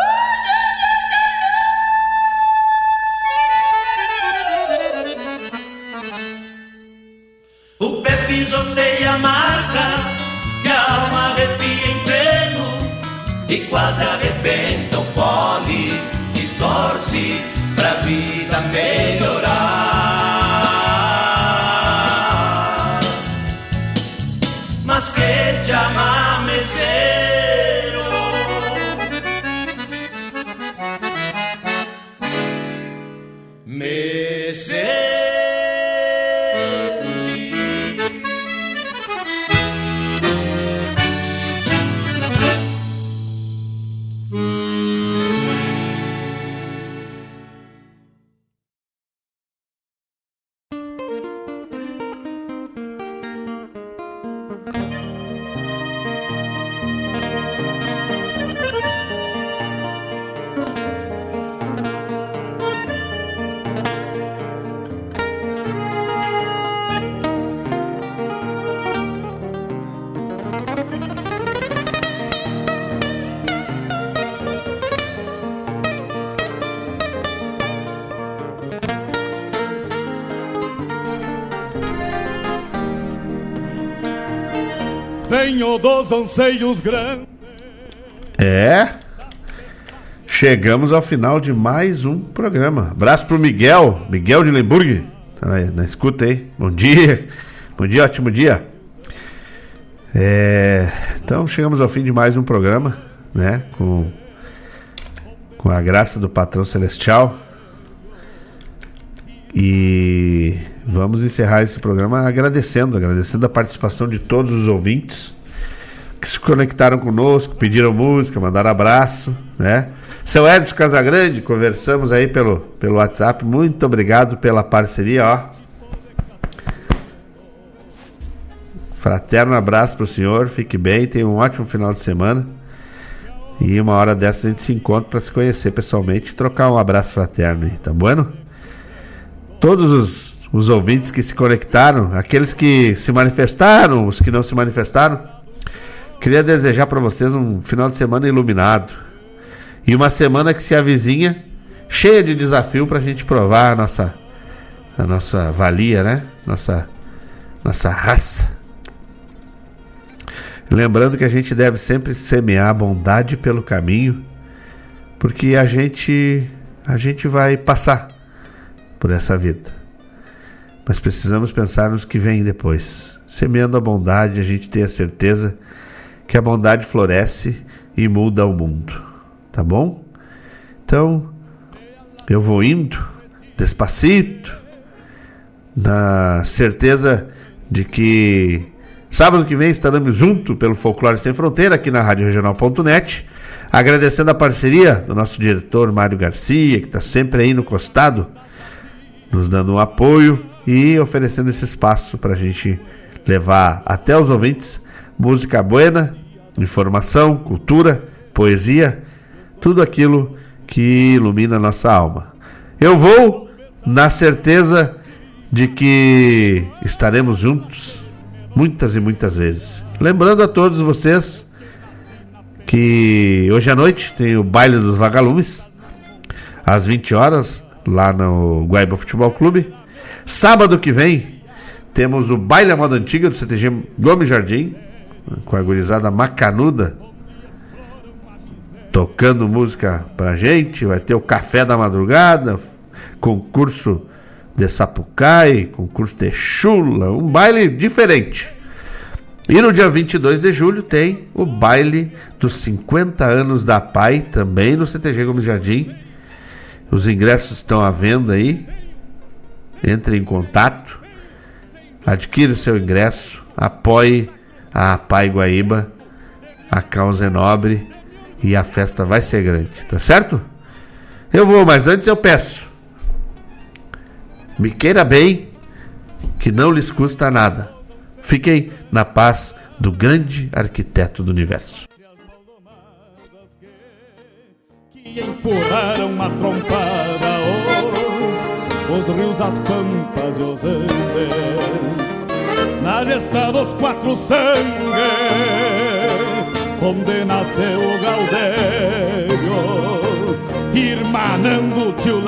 O pé pisoteia a marca, que a alma arrepia em pleno, e quase arrebenta o fole, que torce pra vida melhorar. Mas que te amameceram, me senti. Venho dos anseios grandes. É. Chegamos ao final de mais um programa. Abraço pro Miguel, Miguel de Lemburg. Tá na, na escuta aí. Bom dia. Bom dia, ótimo dia. É, então chegamos ao fim de mais um programa, né? Com, com a graça do patrão celestial. E vamos encerrar esse programa agradecendo, agradecendo a participação de todos os ouvintes que se conectaram conosco, pediram música, mandaram abraço, né? Seu Edson Casagrande, conversamos aí pelo, pelo WhatsApp, muito obrigado pela parceria, ó. Fraterno abraço pro senhor, fique bem, tenha um ótimo final de semana. E uma hora dessa a gente se encontra para se conhecer pessoalmente e trocar um abraço fraterno aí, tá bueno? Todos os os ouvintes que se conectaram, aqueles que se manifestaram, os que não se manifestaram. Queria desejar para vocês um final de semana iluminado e uma semana que se avizinha cheia de desafio para a gente provar a nossa, a nossa valia, né? Nossa, nossa raça. Lembrando que a gente deve sempre semear a bondade pelo caminho, porque a gente, a gente vai passar por essa vida. Mas precisamos pensar nos que vem depois. Semeando a bondade, a gente tem a certeza que a bondade floresce e muda o mundo. Tá bom? Então, eu vou indo, despacito, na certeza de que sábado que vem estaremos juntos pelo Folclore Sem Fronteira, aqui na rádio regional ponto net. Agradecendo a parceria do nosso diretor Mário Garcia, que está sempre aí no costado, nos dando um apoio e oferecendo esse espaço para a gente levar até os ouvintes música buena, informação, cultura, poesia, tudo aquilo que ilumina a nossa alma. Eu vou na certeza de que estaremos juntos muitas e muitas vezes. Lembrando a todos vocês que hoje à noite tem o Baile dos Vagalumes, às vinte horas, lá no Guaíba Futebol Clube. Sábado que vem temos o Baile à Moda Antiga do C T G Gomes Jardim, com a gurizada macanuda tocando música pra gente. Vai ter o Café da Madrugada, concurso de Sapucai, concurso de chula, um baile diferente. E no dia vinte e dois de julho tem o baile dos cinquenta anos da P A I, também no C T G Gomes Jardim. Os ingressos estão à venda aí. Entre em contato, adquira o seu ingresso, apoie a P A I Guaíba, a causa é nobre e a festa vai ser grande, tá certo? Eu vou, mas antes eu peço, me queira bem, que não lhes custa nada. Fiquem na paz do grande arquiteto do universo. Que empurraram uma trompada os, os rios, as pampas e os andes, na gesta dos quatro sangues, onde nasceu o Gaudério, irmanando o tio